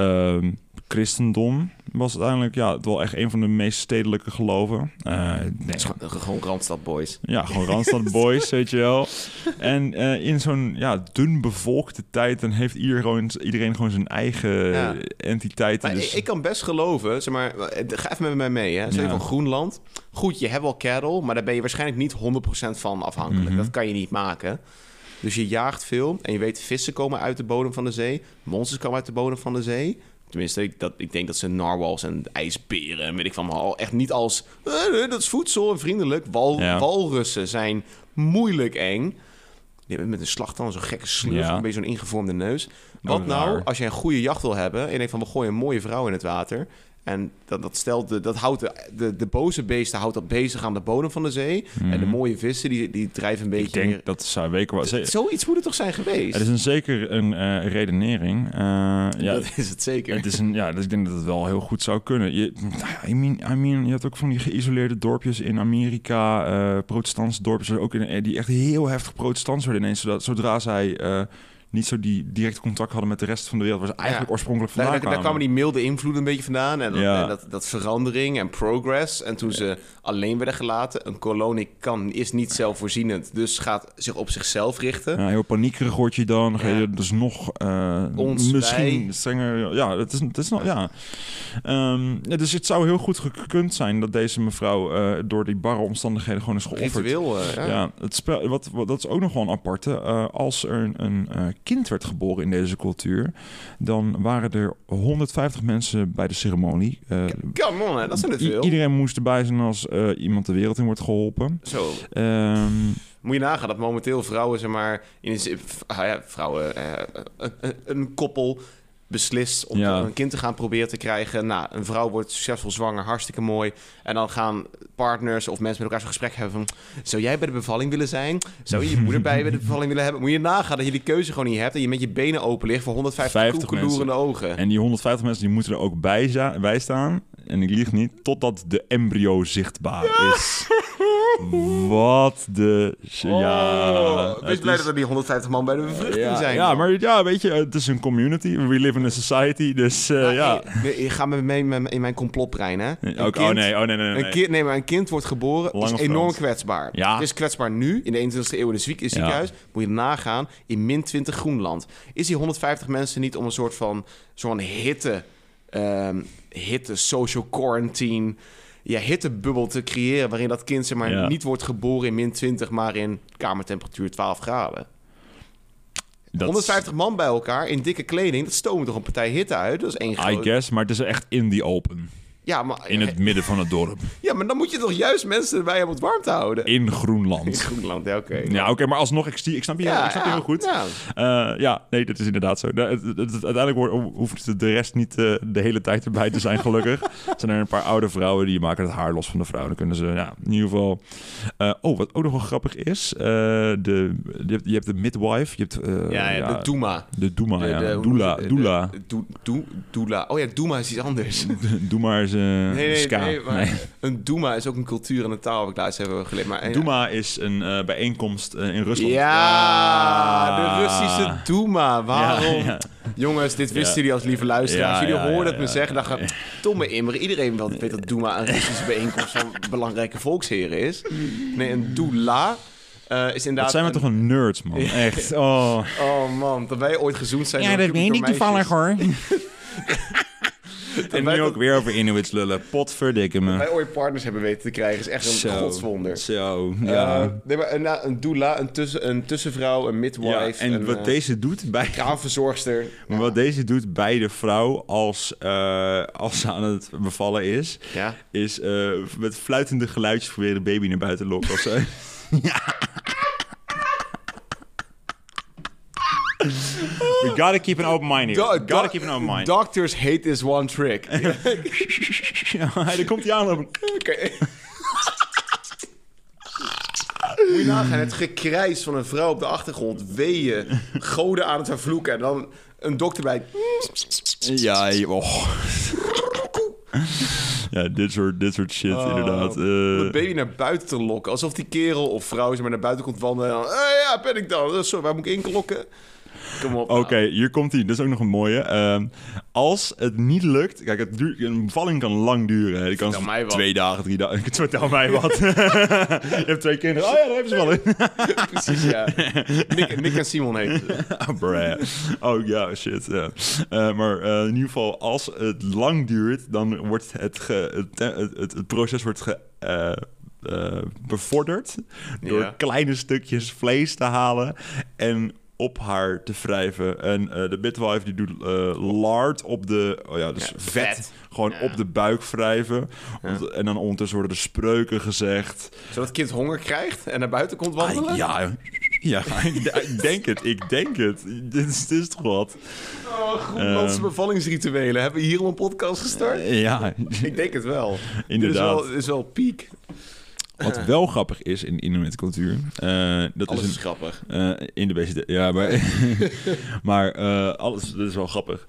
Christendom was uiteindelijk wel echt een van de meest stedelijke geloven. Gewoon Randstad Boys. Ja, gewoon Randstad Boys, weet je wel. En in zo'n dun bevolkte tijd... dan heeft iedereen gewoon zijn eigen entiteit. Maar dus... ik kan best geloven, zeg maar... Ga even met mij mee, hè. Stel je van Groenland. Goed, je hebt wel cattle, maar daar ben je waarschijnlijk niet 100% van afhankelijk. Dat kan je niet maken. Dus je jaagt veel en je weet... vissen komen uit de bodem van de zee. Monsters komen uit de bodem van de zee... Tenminste, ik denk dat ze narwhals en ijsberen en weet ik van al echt niet als... dat is voedsel en vriendelijk. Walrussen zijn moeilijk eng. Die hebben met een slagtand zo'n gekke slurf, een beetje zo'n ingevormde neus. Wat nou als je een goede jacht wil hebben... en je denkt van, we gooien een mooie vrouw in het water... En dat houdt de boze beesten houdt dat bezig aan de bodem van de zee. En de mooie vissen, die drijven een beetje... Ik denk dat zou weken... Zoiets moet het toch zijn geweest? Het is zeker een redenering. Dat is het zeker. Het is dus ik denk dat het wel heel goed zou kunnen. Je hebt ook van die geïsoleerde dorpjes in Amerika. Protestantse dorpjes ook die echt heel heftig protestants werden ineens. Zodra zij... niet zo die direct contact hadden met de rest van de wereld... waar ze eigenlijk oorspronkelijk vandaan kwamen. Daar kwamen die milde invloeden een beetje vandaan. En dat verandering en progress. En toen ze alleen werden gelaten... een kolonie is niet zelfvoorzienend... dus gaat zich op zichzelf richten. Ja, heel paniekerig word je dan. Ga je dus nog misschien strenger... Ja, het is nog... Ja. Dus het zou heel goed gekund zijn... dat deze mevrouw door die barre omstandigheden... gewoon is geofferd. Ritueel, het spel, dat is ook nog wel een aparte. Als er een kind werd geboren in deze cultuur... dan waren er 150 mensen bij de ceremonie. Come on, dat zijn er veel. Iedereen moest erbij zijn als iemand de wereld in wordt geholpen. Zo. Moet je nagaan dat momenteel vrouwen, zeg maar... een koppel... beslist om een kind te gaan proberen te krijgen. Nou, een vrouw wordt succesvol zwanger, hartstikke mooi. En dan gaan partners of mensen met elkaar zo'n gesprek hebben van... zou jij bij de bevalling willen zijn? Zou je moeder bij de bevalling willen hebben? Moet je nagaan dat je die keuze gewoon niet hebt... en je met je benen open ligt voor 150 koekeloerende ogen. En die 150 mensen die moeten er ook bij staan... en ik lieg niet, totdat de embryo zichtbaar is. Wat de... Wees blij dat er die 150 man bij de bevruchting zijn. Ja, maar weet je, het is een community. We live in a society, dus Je gaat met me mee in mijn complotbrein, hè? Nee. Maar een kind wordt geboren, is enorm kwetsbaar. Ja. Het is kwetsbaar nu, in de 21e eeuw in het ziekenhuis. Moet je nagaan, in min 20 Groenland. Is die 150 mensen niet om een soort van hitte social quarantine... hittebubbel te creëren... waarin dat kind niet wordt geboren in min 20... maar in kamertemperatuur 12 graden. 150 man bij elkaar in dikke kleding... dat stoomt toch een partij hitte uit? Dat is één groot... I guess, maar het is echt in the open. Ja, maar... In het midden van het dorp. Ja, maar dan moet je toch juist mensen erbij om het warm te houden? In Groenland. In Groenland, ja, oké. Ja, oké, maar alsnog, ik snap je heel goed. Nee, dat is inderdaad zo. Uiteindelijk hoeft de rest niet de hele tijd erbij te zijn, gelukkig. Er zijn er een paar oude vrouwen die maken het haar los van de vrouw. Dan kunnen ze, in ieder geval... wat ook nog wel grappig is... je hebt de midwife, je hebt... de doema. De doema, doula. Doula. Oh ja, doema is iets anders. Doema is een doema is ook een cultuur en een taal, heb ik laatst hebben geleerd. Maar doema is een bijeenkomst in Rusland. Ja, de Russische doema. Waarom? Jongens, dit wisten jullie als lieve luisteraars. Jullie hoorden het me zeggen. Dan gaat Tomme Imre. Iedereen weet dat Doema een Russische bijeenkomst van belangrijke volksheren is. Nee, een doula is inderdaad... Dat zijn we toch een nerds, man. Echt. Oh man, dat wij ooit gezoend zijn. Ja, dat weet ik toevallig, hoor. En nu ook weer over Inuits lullen. Potverdikke me. Dat wij ooit partners hebben weten te krijgen is echt een godswonder. Zo, ja. Nee, maar een doula, een tussenvrouw, een midwife. Ja, en wat deze doet bij... kraamverzorgster. Maar wat deze doet bij de vrouw als ze aan het bevallen is... Ja? Is met fluitende geluidjes proberen de baby naar buiten lokken. Of zo. Ja. We gotta keep an open mind here. Gotta keep an open mind. Doctors hate this one trick. Ja, daar komt hij aan. Okay. Moet je nagaan, het gekrijs van een vrouw op de achtergrond. Weeën, goden aan het vervloeken. En dan een dokter bij. Ja, Ja, dit soort shit, inderdaad. Om het baby naar buiten te lokken. Alsof die kerel of vrouw maar naar buiten komt wandelen. En dan, ja, ben ik dan. Sorry, waar moet ik inklokken? Kom op. Oké, hier komt hij. Dat is ook nog een mooie. Als het niet lukt... Kijk, een bevalling kan lang duren. Hè. Die kan 2 dagen, 3 dagen... Vertel mij wat. Je hebt 2 kinderen. Oh ja, daar hebben ze wel in. Precies, ja. Nick en Simon heet Oh ja, shit. Ja. Maar in ieder geval, als het lang duurt... dan wordt het proces wordt bevorderd... door kleine stukjes vlees te halen... en op haar te wrijven. En de midwife die doet lard op de... dus vet. Gewoon op de buik wrijven. Ja. En dan ondertussen worden er spreuken gezegd. Zodat het kind honger krijgt en naar buiten komt wandelen? Ja, ik denk het. Dit is toch wat? Groenlandse bevallingsrituelen. Hebben we hier al een podcast gestart? Ja. Ik denk het wel. Inderdaad. Dit is wel piek. Wat wel grappig is in Inuit cultuur... alles is grappig. In de BCD. Ja, maar... maar alles... Dat is wel grappig.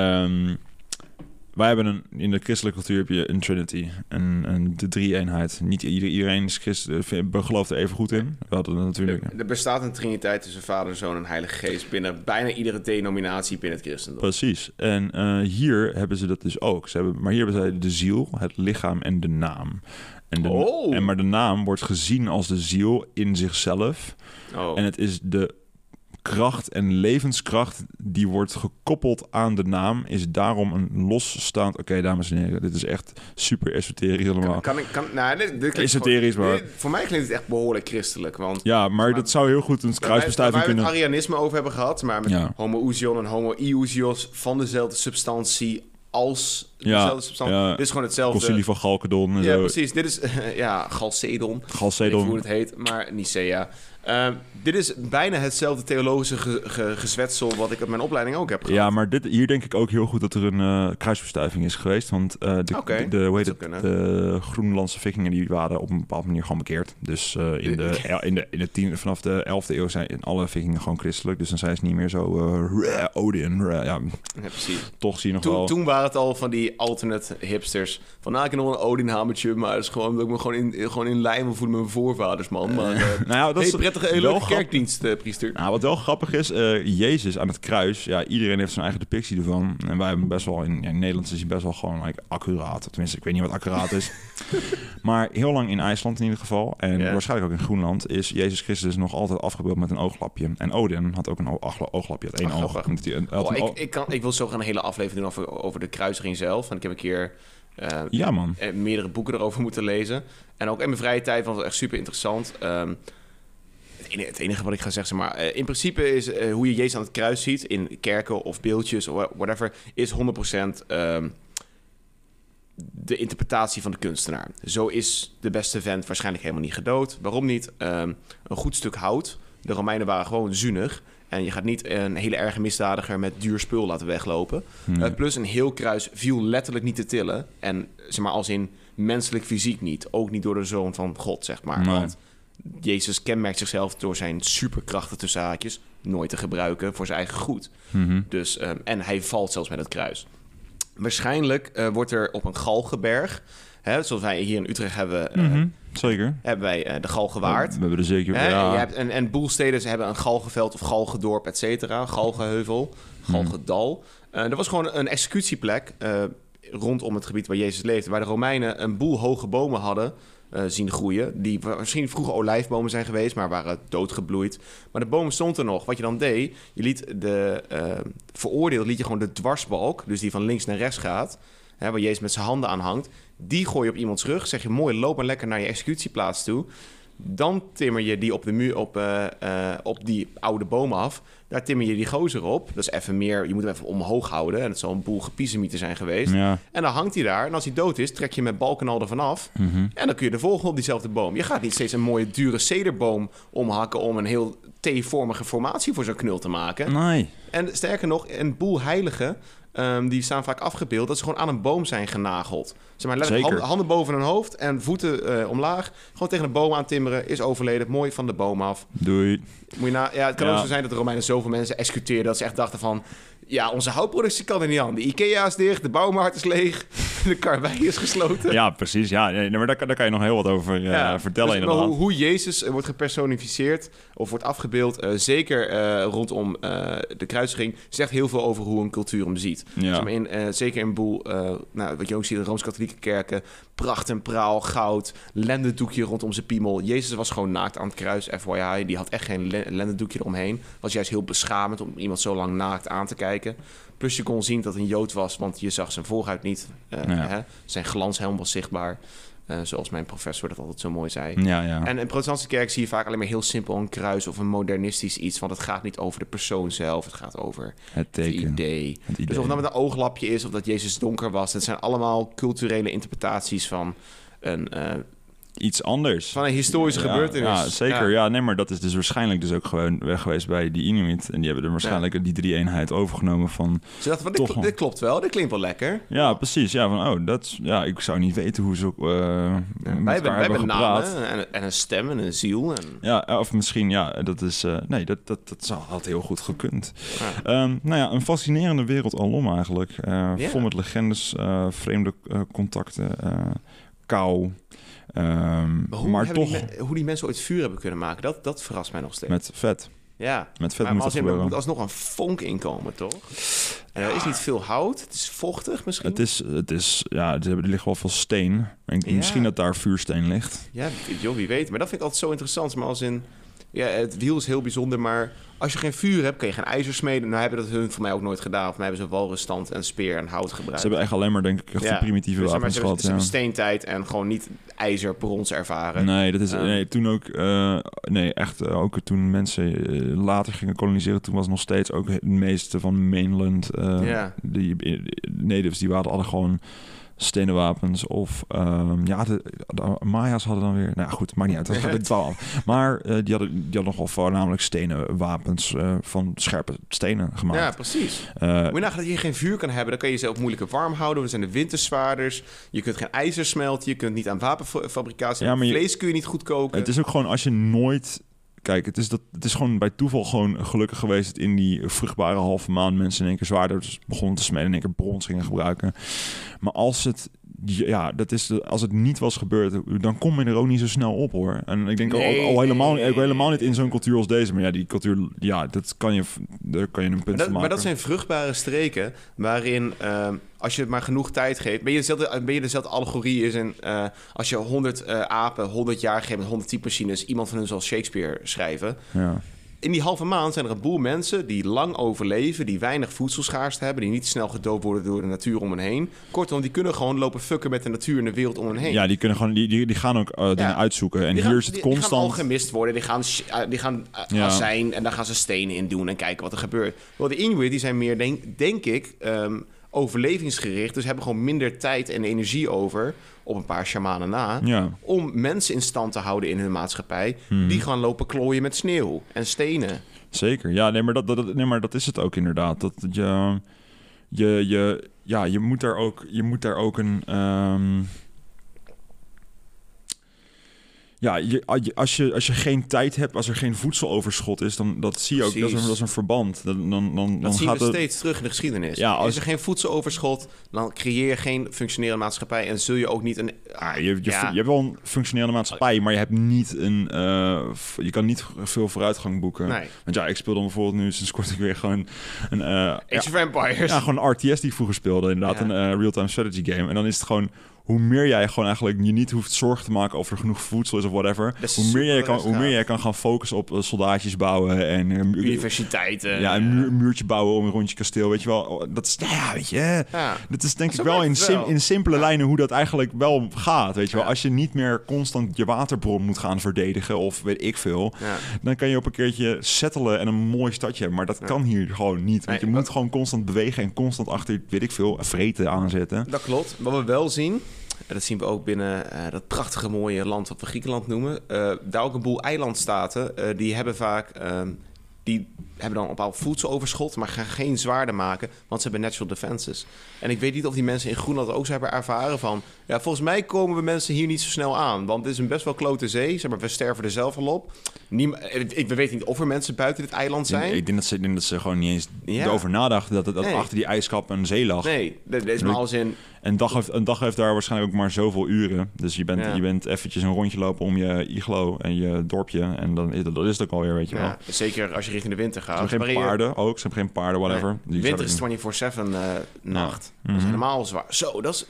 Wij hebben in de christelijke cultuur heb je een Trinity. De drie-eenheid. Niet iedereen is gelooft er even goed in. We hadden natuurlijk... Er bestaat een triniteit tussen Vader, Zoon en Heilige Geest... binnen bijna iedere denominatie binnen het christendom. Precies. En hier hebben ze dat dus ook. Maar hier hebben zij de ziel, het lichaam en de naam. Maar de naam wordt gezien als de ziel in zichzelf. Oh. En het is de kracht en levenskracht die wordt gekoppeld aan de naam... is daarom een losstaand... Oké, dames en heren, dit is echt super esoterisch allemaal. Dit esoterisch, maar... Voor mij klinkt het echt behoorlijk christelijk, want... Ja, maar dat zou heel goed een kruisbestuiving kunnen... Waar we het Arianisme over hebben gehad, maar met homoousion en homoiousios... van dezelfde substantie... als dezelfde substantie. Ja, dit is gewoon hetzelfde. Concilie van Chalcedon en ja, zo. Precies. Dit is Chalcedon. Chalcedon. Ik weet hoe het heet, maar Nicea. Dit is bijna hetzelfde theologische gezwetsel wat ik op mijn opleiding ook heb gehad. Ja, maar hier denk ik ook heel goed dat er een kruisbestuiving is geweest. Want de Groenlandse vikingen die waren op een bepaalde manier gewoon bekeerd. Dus vanaf de 11e eeuw zijn alle vikingen gewoon christelijk. Dus dan zijn ze niet meer zo Odin. Ja, precies. Toch zie je nog wel... Toen waren het al van die alternate hipsters. Van ik heb nog een Odin-hamertje, maar het is gewoon dat ik me gewoon in lijn wil voelen met mijn voorvaders, man. Maar, dat is prettige leuke kerkdienst, priester. Nou, wat wel grappig is, Jezus aan het kruis, iedereen heeft zijn eigen depictie ervan. En wij hebben best wel, in Nederland is hij best wel gewoon accuraat. Tenminste, ik weet niet wat accuraat is. Maar heel lang in IJsland in ieder geval, en waarschijnlijk ook in Groenland, is Jezus Christus nog altijd afgebeeld met een ooglapje. En Odin had ook een ooglapje, had 1 oog. Ik wil zo graag een hele aflevering doen over de kruisiging zelf. En ik heb een keer... meerdere boeken erover moeten lezen. En ook in mijn vrije tijd was het echt super interessant. Het enige wat ik ga zeggen, in principe is hoe je Jezus aan het kruis ziet... in kerken of beeldjes of whatever... is 100% de interpretatie van de kunstenaar. Zo is de beste vent waarschijnlijk helemaal niet gedood. Waarom niet? Een goed stuk hout. De Romeinen waren gewoon zuinig... En je gaat niet een hele erge misdadiger met duur spul laten weglopen. Nee. Plus een heel kruis viel letterlijk niet te tillen. En als in menselijk fysiek niet. Ook niet door de Zoon van God, zeg maar. Nee. Want Jezus kenmerkt zichzelf door zijn superkrachten tussen haakjes... nooit te gebruiken voor zijn eigen goed. Mm-hmm. Dus, en hij valt zelfs met het kruis. Waarschijnlijk wordt er op een galgenberg... Hè, zoals wij hier in Utrecht hebben... Zeker. Hebben wij de Galgenwaard. We hebben er zeker... Je hebt, en boelsteden, ze hebben een Galgenveld of Galgendorp, et cetera. Galgenheuvel, Galgendal. Er was gewoon een executieplek rondom het gebied waar Jezus leefde... waar de Romeinen een boel hoge bomen hadden zien groeien... die misschien vroeger olijfbomen zijn geweest... maar waren doodgebloeid. Maar de boom stond er nog. Wat je dan deed, je liet de veroordeelde... liet je gewoon de dwarsbalk, dus die van links naar rechts gaat... waar Jezus met zijn handen aan hangt... die gooi je op iemands rug. Zeg je mooi, loop maar lekker naar je executieplaats toe... Dan timmer je die op de muur op die oude boom af. Daar timmer je die gozer op. Dat is even meer, je moet hem even omhoog houden. En het zal een boel gepiezemieten zijn geweest. Ja. En dan hangt hij daar. En als hij dood is, trek je met balk en al ervan af. En dan kun je de volgende op diezelfde boom. Je gaat niet steeds een mooie dure cederboom omhakken... om een heel T-vormige formatie voor zo'n knul te maken. Nee. En sterker nog, een boel heiligen... die staan vaak afgebeeld dat ze gewoon aan een boom zijn genageld. Zeg maar letterlijk handen boven hun hoofd en voeten omlaag. Gewoon tegen een boom aan timmeren, is overleden. Mooi van de boom af. Doei. Moet je het kan ook zo zijn dat de Romeinen zoveel mensen executeerden... dat ze echt dachten van... ja, onze houtproductie kan er niet aan. De IKEA is dicht, de bouwmarkt is leeg... de karwei is gesloten. Ja, precies. Ja, maar daar kan je nog heel wat over vertellen dus inderdaad. Hoe Jezus wordt gepersonificeerd of wordt afgebeeld... zeker rondom de kruisiging... zegt heel veel over hoe een cultuur hem ziet. Ja. Zeg maar zeker in een boel... wat je ook ziet in Rooms-Katholieke kerken... pracht en praal, goud, lendendoekje rondom zijn piemel. Jezus was gewoon naakt aan het kruis, FYI. Die had echt geen lendendoekje eromheen. Was juist heel beschamend om iemand zo lang naakt aan te kijken. Plus je kon zien dat het een Jood was, want je zag zijn voorhuid niet. Zijn glanshelm was zichtbaar. Zoals mijn professor dat altijd zo mooi zei. Ja. En in protestantse kerk zie je vaak alleen maar heel simpel een kruis... of een modernistisch iets, want het gaat niet over de persoon zelf. Het gaat over het idee. Dus of het nou met een ooglapje is of dat Jezus donker was... dat zijn allemaal culturele interpretaties van een... iets anders. Van een historische gebeurtenis. Ja, zeker. Ja, nee, maar dat is dus waarschijnlijk dus ook gewoon weg geweest bij die Inuit. En die hebben er waarschijnlijk die 3-eenheid overgenomen van... Ze dachten van, dit klopt wel, dit klinkt wel lekker. Ja, precies. Ja, van, ik zou niet weten hoe ze wij hebben namen en een stem en een ziel. En... Ja, of misschien, dat is... dat had heel goed gekund. Ja. Een fascinerende wereld alom eigenlijk. Vol met legendes, vreemde contacten, kou... hoe die mensen ooit vuur hebben kunnen maken, dat verrast mij nog steeds. Met vet. Ja, met vet moet het gebeuren. Er moet alsnog een vonk inkomen, toch? En er is niet veel hout. Het is vochtig misschien. Het is er ligt wel veel steen. Misschien dat daar vuursteen ligt. Ja, wie weet. Maar dat vind ik altijd zo interessant. Maar als in... Ja, het wiel is heel bijzonder, maar als je geen vuur hebt, kun je geen ijzer smeden. Nou hebben dat hun voor mij ook nooit gedaan. Voor mij hebben ze walrusstand en speer en hout gebruikt. Ze hebben echt alleen maar, denk ik, echt primitieve wapens gehad. Ze hebben steentijd en gewoon niet ijzer, brons ervaren. Nee, dat is toen ook... ook toen mensen later gingen koloniseren... toen was nog steeds ook het meeste van mainland... die natives, die hadden gewoon... stenen wapens of de Maya's hadden dan weer... Nou goed, maakt niet uit, dat gaat het wel af. Maar die hadden nogal voornamelijk stenen wapens van scherpe stenen gemaakt. Ja, precies. Moet je nagaan dat je geen vuur kan hebben, dan kan je jezelf moeilijker warm houden. We zijn de winterzwaarders. Je kunt geen ijzer smelten, je kunt niet aan wapenfabrikatie. Ja, vlees kun je niet goed koken. Het is ook gewoon als je nooit... Kijk, het is gewoon bij toeval gewoon gelukkig geweest... dat in die vruchtbare halve maan mensen in één keer zwaarder begonnen te smeden... en in één keer brons gingen gebruiken. Maar als het... als het niet was gebeurd, dan kom je er ook niet zo snel op, hoor. En ik denk helemaal niet in zo'n cultuur als deze. Maar die cultuur, dat kan je, daar kan je een punt van maken. Maar dat zijn vruchtbare streken waarin... als je het maar genoeg tijd geeft... Ben je dezelfde allegorie is en als je 100 apen 100 jaar geeft met 100 typemachines... iemand van hun zal Shakespeare schrijven... Ja. In die halve maand zijn er een boel mensen die lang overleven... die weinig voedselschaarste hebben... die niet snel gedood worden door de natuur om hen heen. Kortom, die kunnen gewoon lopen fucken met de natuur en de wereld om hen heen. Ja, die kunnen gewoon, die gaan ook dingen uitzoeken. En hier is het constant... Die gaan al gemist worden. Die gaan azijn en daar gaan ze stenen in doen... en kijken wat er gebeurt. Wel, de Inuit die zijn meer, denk ik... overlevingsgericht. Dus hebben gewoon minder tijd en energie over... op een paar shamanen na... om mensen in stand te houden in hun maatschappij... die gaan lopen klooien met sneeuw en stenen. Zeker, ja, maar dat is het ook inderdaad. Dat je moet daar ook een... Ja, als je geen tijd hebt, als er geen voedseloverschot is, dan dat zie je ook. Dat is een verband. Dat zien we steeds terug in de geschiedenis. Ja, als er geen voedseloverschot, dan creëer je geen functionerende maatschappij en zul je ook niet een. Je hebt wel een functionerende maatschappij, maar je hebt niet een. Je kan niet veel vooruitgang boeken. Nee. Want ik speel dan bijvoorbeeld nu sinds kort weer gewoon een. Age of Empires. Ja, gewoon RTS die ik vroeger speelde, inderdaad, een real-time strategy game. En dan is het gewoon. Hoe meer jij gewoon eigenlijk je niet hoeft zorgen te maken of er genoeg voedsel is of whatever. Hoe meer jij kan gaan focussen op soldaatjes bouwen en universiteiten. Ja, een muurtje bouwen om een rondje kasteel, weet je wel. Dat is, weet je. Ja. Dat is denk ik wel in simpele lijnen hoe dat eigenlijk wel gaat, weet je wel. Als je niet meer constant je waterbron moet gaan verdedigen of weet ik veel, dan kan je op een keertje settelen en een mooi stadje hebben. Maar dat kan hier gewoon niet. Want je moet gewoon constant bewegen en constant achter, weet ik veel, vreten aanzetten. Dat klopt. Wat we wel zien. Dat zien we ook binnen dat prachtige mooie land wat we Griekenland noemen. Daar ook een boel eilandstaten. Die hebben vaak... die hebben dan een bepaald voedseloverschot, maar gaan geen zwaarden maken, want ze hebben natural defenses. En ik weet niet of die mensen in Groenland ook zo hebben ervaren van... Ja, volgens mij komen we mensen hier niet zo snel aan, want het is een best wel klote zee. Zeg maar, we sterven er zelf al op. We weten niet of er mensen buiten dit eiland zijn. Ik denk dat ze gewoon niet eens over nadachten dat achter die ijskap een zee lag. Nee, dat is maar alles in... Een dag heeft daar waarschijnlijk ook maar zoveel uren. Dus je bent eventjes een rondje lopen om je iglo en je dorpje. En dan is het ook alweer, weet je wel. Zeker als je richting de winter gaat. Ze hebben geen paarden ook. Ze hebben geen paarden, whatever. Nee. Winter is 24/7 nacht. Dat is helemaal zwaar. Dat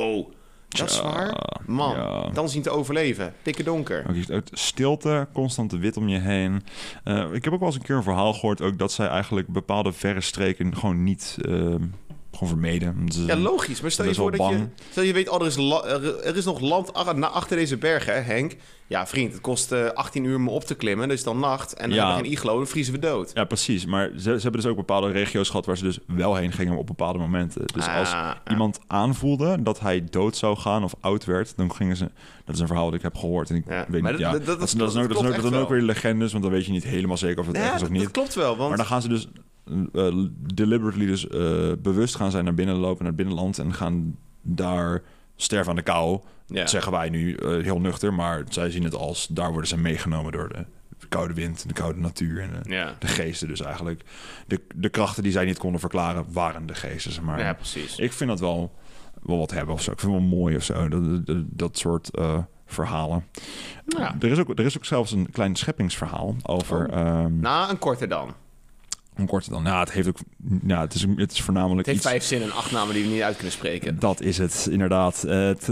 is zwaar. Man, dan zien te overleven. Dikke donker. Ook stilte, constant wit om je heen. Ik heb ook wel eens een keer een verhaal gehoord ook dat zij eigenlijk bepaalde verre streken gewoon niet... gewoon vermeden. Ja, logisch. Maar stel je voor dat je weet, er is nog land achter deze bergen, hè, Henk. Ja, vriend, het kost 18 uur om op te klimmen. Dus dan nacht. En dan hebben we geen iglo, dan vriezen we dood. Ja, precies. Maar ze hebben dus ook bepaalde regio's gehad waar ze dus wel heen gingen op bepaalde momenten. Dus als iemand aanvoelde dat hij dood zou gaan of oud werd, dan gingen ze... Dat is een verhaal dat ik heb gehoord. En ik weet niet, dat is ook weer legendes, want dan weet je niet helemaal zeker of het echt is of niet. Dat klopt wel. Want... Maar dan gaan ze dus... deliberately dus bewust gaan zijn naar binnen lopen, naar het binnenland en gaan daar sterven aan de kou. Ja. Dat zeggen wij nu heel nuchter, maar zij zien het als daar worden ze meegenomen door de koude wind, de koude natuur en de geesten. Dus eigenlijk de krachten die zij niet konden verklaren waren de geesten. Zeg maar. Ja, precies. Ik vind dat wel wat hebben of zo. Ik vind het wel mooi of zo. Dat soort verhalen. Ja. Er is ook zelfs een klein scheppingsverhaal over... een korte dan. Een korte dan. Ja, het heeft ook... Ja, het is voornamelijk... Het heeft 5 zinnen en 8 namen die we niet uit kunnen spreken. Dat is het, inderdaad.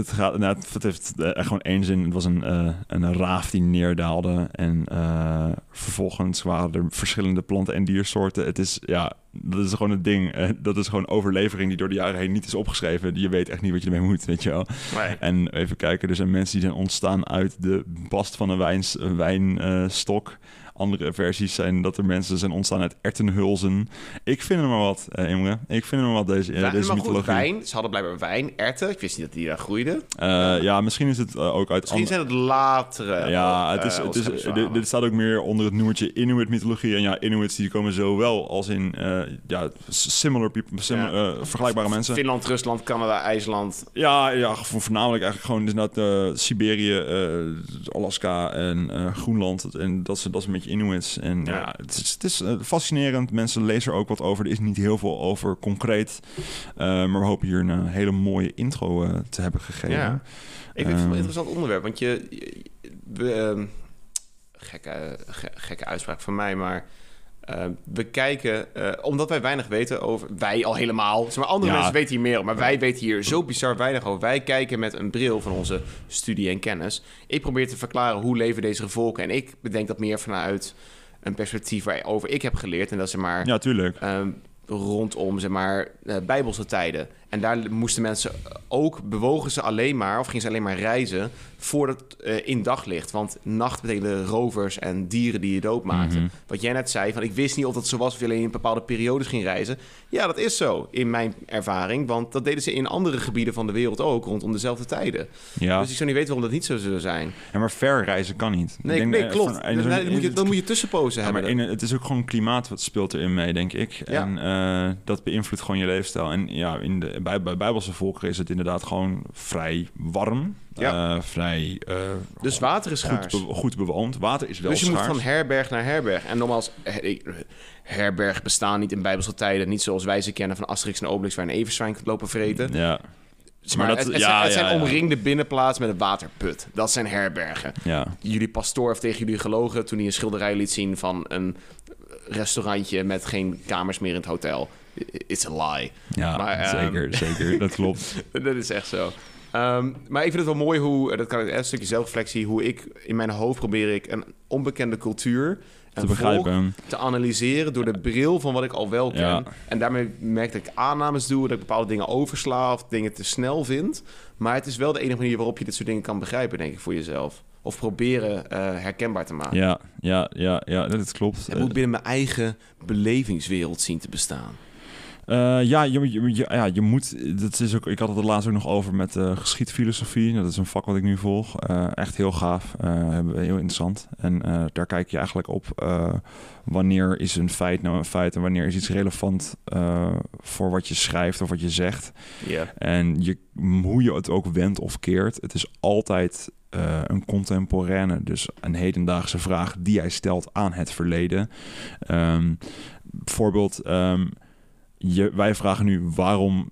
Het heeft gewoon 1 zin. Het was een raaf die neerdaalde. En vervolgens waren er verschillende planten- en diersoorten. Het is... Ja, dat is gewoon het ding. Dat is gewoon overlevering die door de jaren heen niet is opgeschreven. Je weet echt niet wat je ermee moet, weet je wel. Nee. En even kijken. Er zijn mensen die zijn ontstaan uit de bast van een wijnstok. Andere versies zijn dat er mensen zijn ontstaan uit erwtenhulzen. Ik vind er maar wat, Imre. Ik vind er maar wat deze mythologie. Goed, wijn. Ze hadden blijkbaar wijn, erwten. Ik wist niet dat die daar groeiden. Ja, misschien is het ook uit... Misschien zijn het latere... Ja, dit staat ook meer onder het noemertje Inuit mythologie. En ja, Inuits die komen zo wel als in similar people, vergelijkbare mensen. Finland, Rusland, Canada, IJsland. Ja, voornamelijk eigenlijk gewoon inderdaad Siberië, Alaska en Groenland. En dat is een beetje Inuits. En het is fascinerend. Mensen lezen er ook wat over. Er is niet heel veel over concreet. Maar we hopen hier een hele mooie intro te hebben gegeven. Ja. Ik vind het een interessant onderwerp. Want gekke uitspraak van mij, maar... we kijken, omdat wij weinig weten over... Wij al helemaal. Maar andere mensen weten hier meer over. Maar wij weten hier zo bizar weinig over. Wij kijken met een bril van onze studie en kennis. Ik probeer te verklaren hoe leven deze volken. En ik bedenk dat meer vanuit een perspectief waarover ik heb geleerd. En dat is maar... Ja, tuurlijk. Rondom, bijbelse tijden. En daar moesten mensen ook... bewogen ze alleen maar... of gingen ze alleen maar reizen... voordat het in daglicht. Want nacht betekende rovers en dieren die je doodmaakten. Mm-hmm. Wat jij net zei, van ik wist niet of dat zo was... of je alleen in bepaalde periodes ging reizen. Ja, dat is zo, in mijn ervaring. Want dat deden ze in andere gebieden van de wereld ook... rondom dezelfde tijden. Ja. Dus ik zou niet weten waarom dat niet zo zou zijn. Ja, maar ver reizen kan niet. Nee, klopt. Dan moet je tussenpozen hebben. Maar het is ook gewoon klimaat wat speelt erin mee, denk ik. Ja. En dat beïnvloedt gewoon je leefstijl. En ja, bij bijbelse volkeren is het inderdaad gewoon vrij warm. Ja. Dus water is schaars. Goed bewoond. Water is wel dus je schaars. moet van herberg naar herberg. En nogmaals, herbergen bestaan niet in bijbelse tijden. Niet zoals wij ze kennen van Asterix en Obelix... waar een everzwijn kunt lopen vreten. Ja. Maar het zijn omringde binnenplaatsen met een waterput. Dat zijn herbergen. Ja. Jullie pastoor heeft tegen jullie gelogen... toen hij een schilderij liet zien van een restaurantje... met geen kamers meer in het hotel. It's a lie. Ja, maar, zeker. Dat klopt. Dat is echt zo. Maar ik vind het wel mooi hoe... dat kan een stukje zelfreflectie... hoe ik in mijn hoofd probeer ik een onbekende cultuur... te begrijpen. Te analyseren door de bril van wat ik al wel ken. Ja. En daarmee merk dat ik aannames doe... dat ik bepaalde dingen oversla of dingen te snel vind. Maar het is wel de enige manier waarop je dit soort dingen kan begrijpen... denk ik, voor jezelf. Of proberen herkenbaar te maken. Ja, dat klopt. Het moet binnen mijn eigen belevingswereld zien te bestaan. Je moet... Dat is ook, ik had het laatst ook nog over met geschiedfilosofie. Dat is een vak wat ik nu volg. Echt heel gaaf. Heel interessant. En daar kijk je eigenlijk op... wanneer is een feit nou een feit... en wanneer is iets relevant voor wat je schrijft of wat je zegt. Yeah. En hoe je het ook wendt of keert... het is altijd... een contemporaine, dus een hedendaagse vraag... die hij stelt aan het verleden. Bijvoorbeeld... wij vragen nu waarom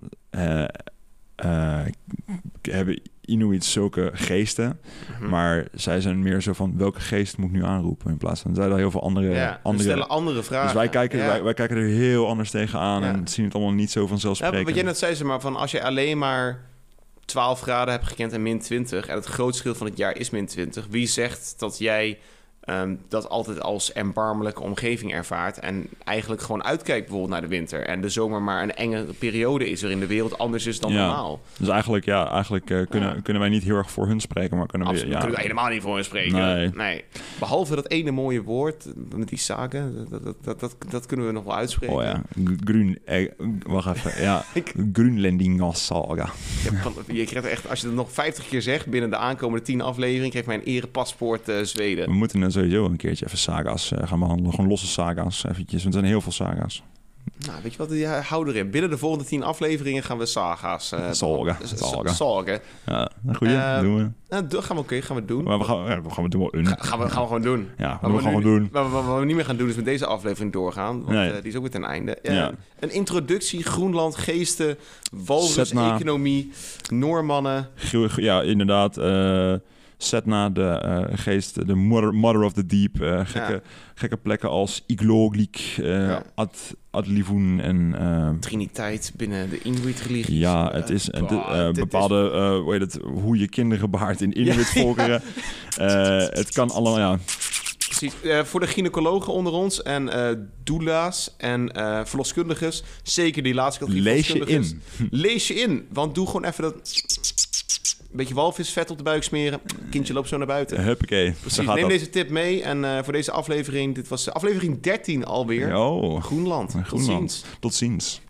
hebben Inuits zulke geesten, maar zij zijn meer zo van welke geest moet ik nu aanroepen in plaats van zij daar heel veel andere stellen andere vragen. Dus wij kijken er heel anders tegenaan en zien het allemaal niet zo vanzelfsprekend. Wat jij net zei, maar van als je alleen maar 12 graden hebt gekend en min 20 en het grootste deel van het jaar is min 20, wie zegt dat jij dat altijd als erbarmelijke omgeving ervaart... en eigenlijk gewoon uitkijkt bijvoorbeeld naar de winter... en de zomer maar een enge periode is... waarin de wereld anders is dan normaal. Dus eigenlijk kunnen wij niet heel erg voor hun spreken... maar kunnen we helemaal niet voor hun spreken. Nee. Behalve dat ene mooie woord met die zaken... dat kunnen we nog wel uitspreken. Oh ja, wacht even. Ja, Grunlendinga-saga. Je krijgt echt, als je het nog 50 keer zegt... binnen de aankomende 10 afleveringen... krijg je mijn erepaspoort Zweden. We moeten sowieso een keertje even saga's gaan behandelen. Gewoon losse saga's eventjes. Want er zijn heel veel saga's. Nou, weet je wat? Hou erin. Binnen de volgende 10 afleveringen gaan we saga's... Saga. Ja, een goeie. Doen we. Gaan we doen. Maar gaan we doen. Gaan we gewoon doen. Ja, wat we gewoon doen. Wat we niet meer gaan doen is met deze aflevering doorgaan. Want die is ook weer ten einde. Een introductie, Groenland, geesten, walrus, economie, Noormannen. Ja, inderdaad. Setna, de geest, de mother of the deep. Gekke plekken als Igloolik, Adlivun en... Triniteit binnen de Inuit-religie. Ja, het is bepaalde... hoe je kinderen baart in Inuit-volkeren. Het kan allemaal, ja... Precies. Voor de gynaecologen onder ons en doula's en verloskundiges. Zeker die laatste categorie. Lees je in. Want doe gewoon even dat... Een beetje walvisvet op de buik smeren. Kindje loopt zo naar buiten. Huppakee. Precies. Neem deze tip mee. En voor deze aflevering... Dit was aflevering 13 alweer. Oh. Groenland. Tot ziens.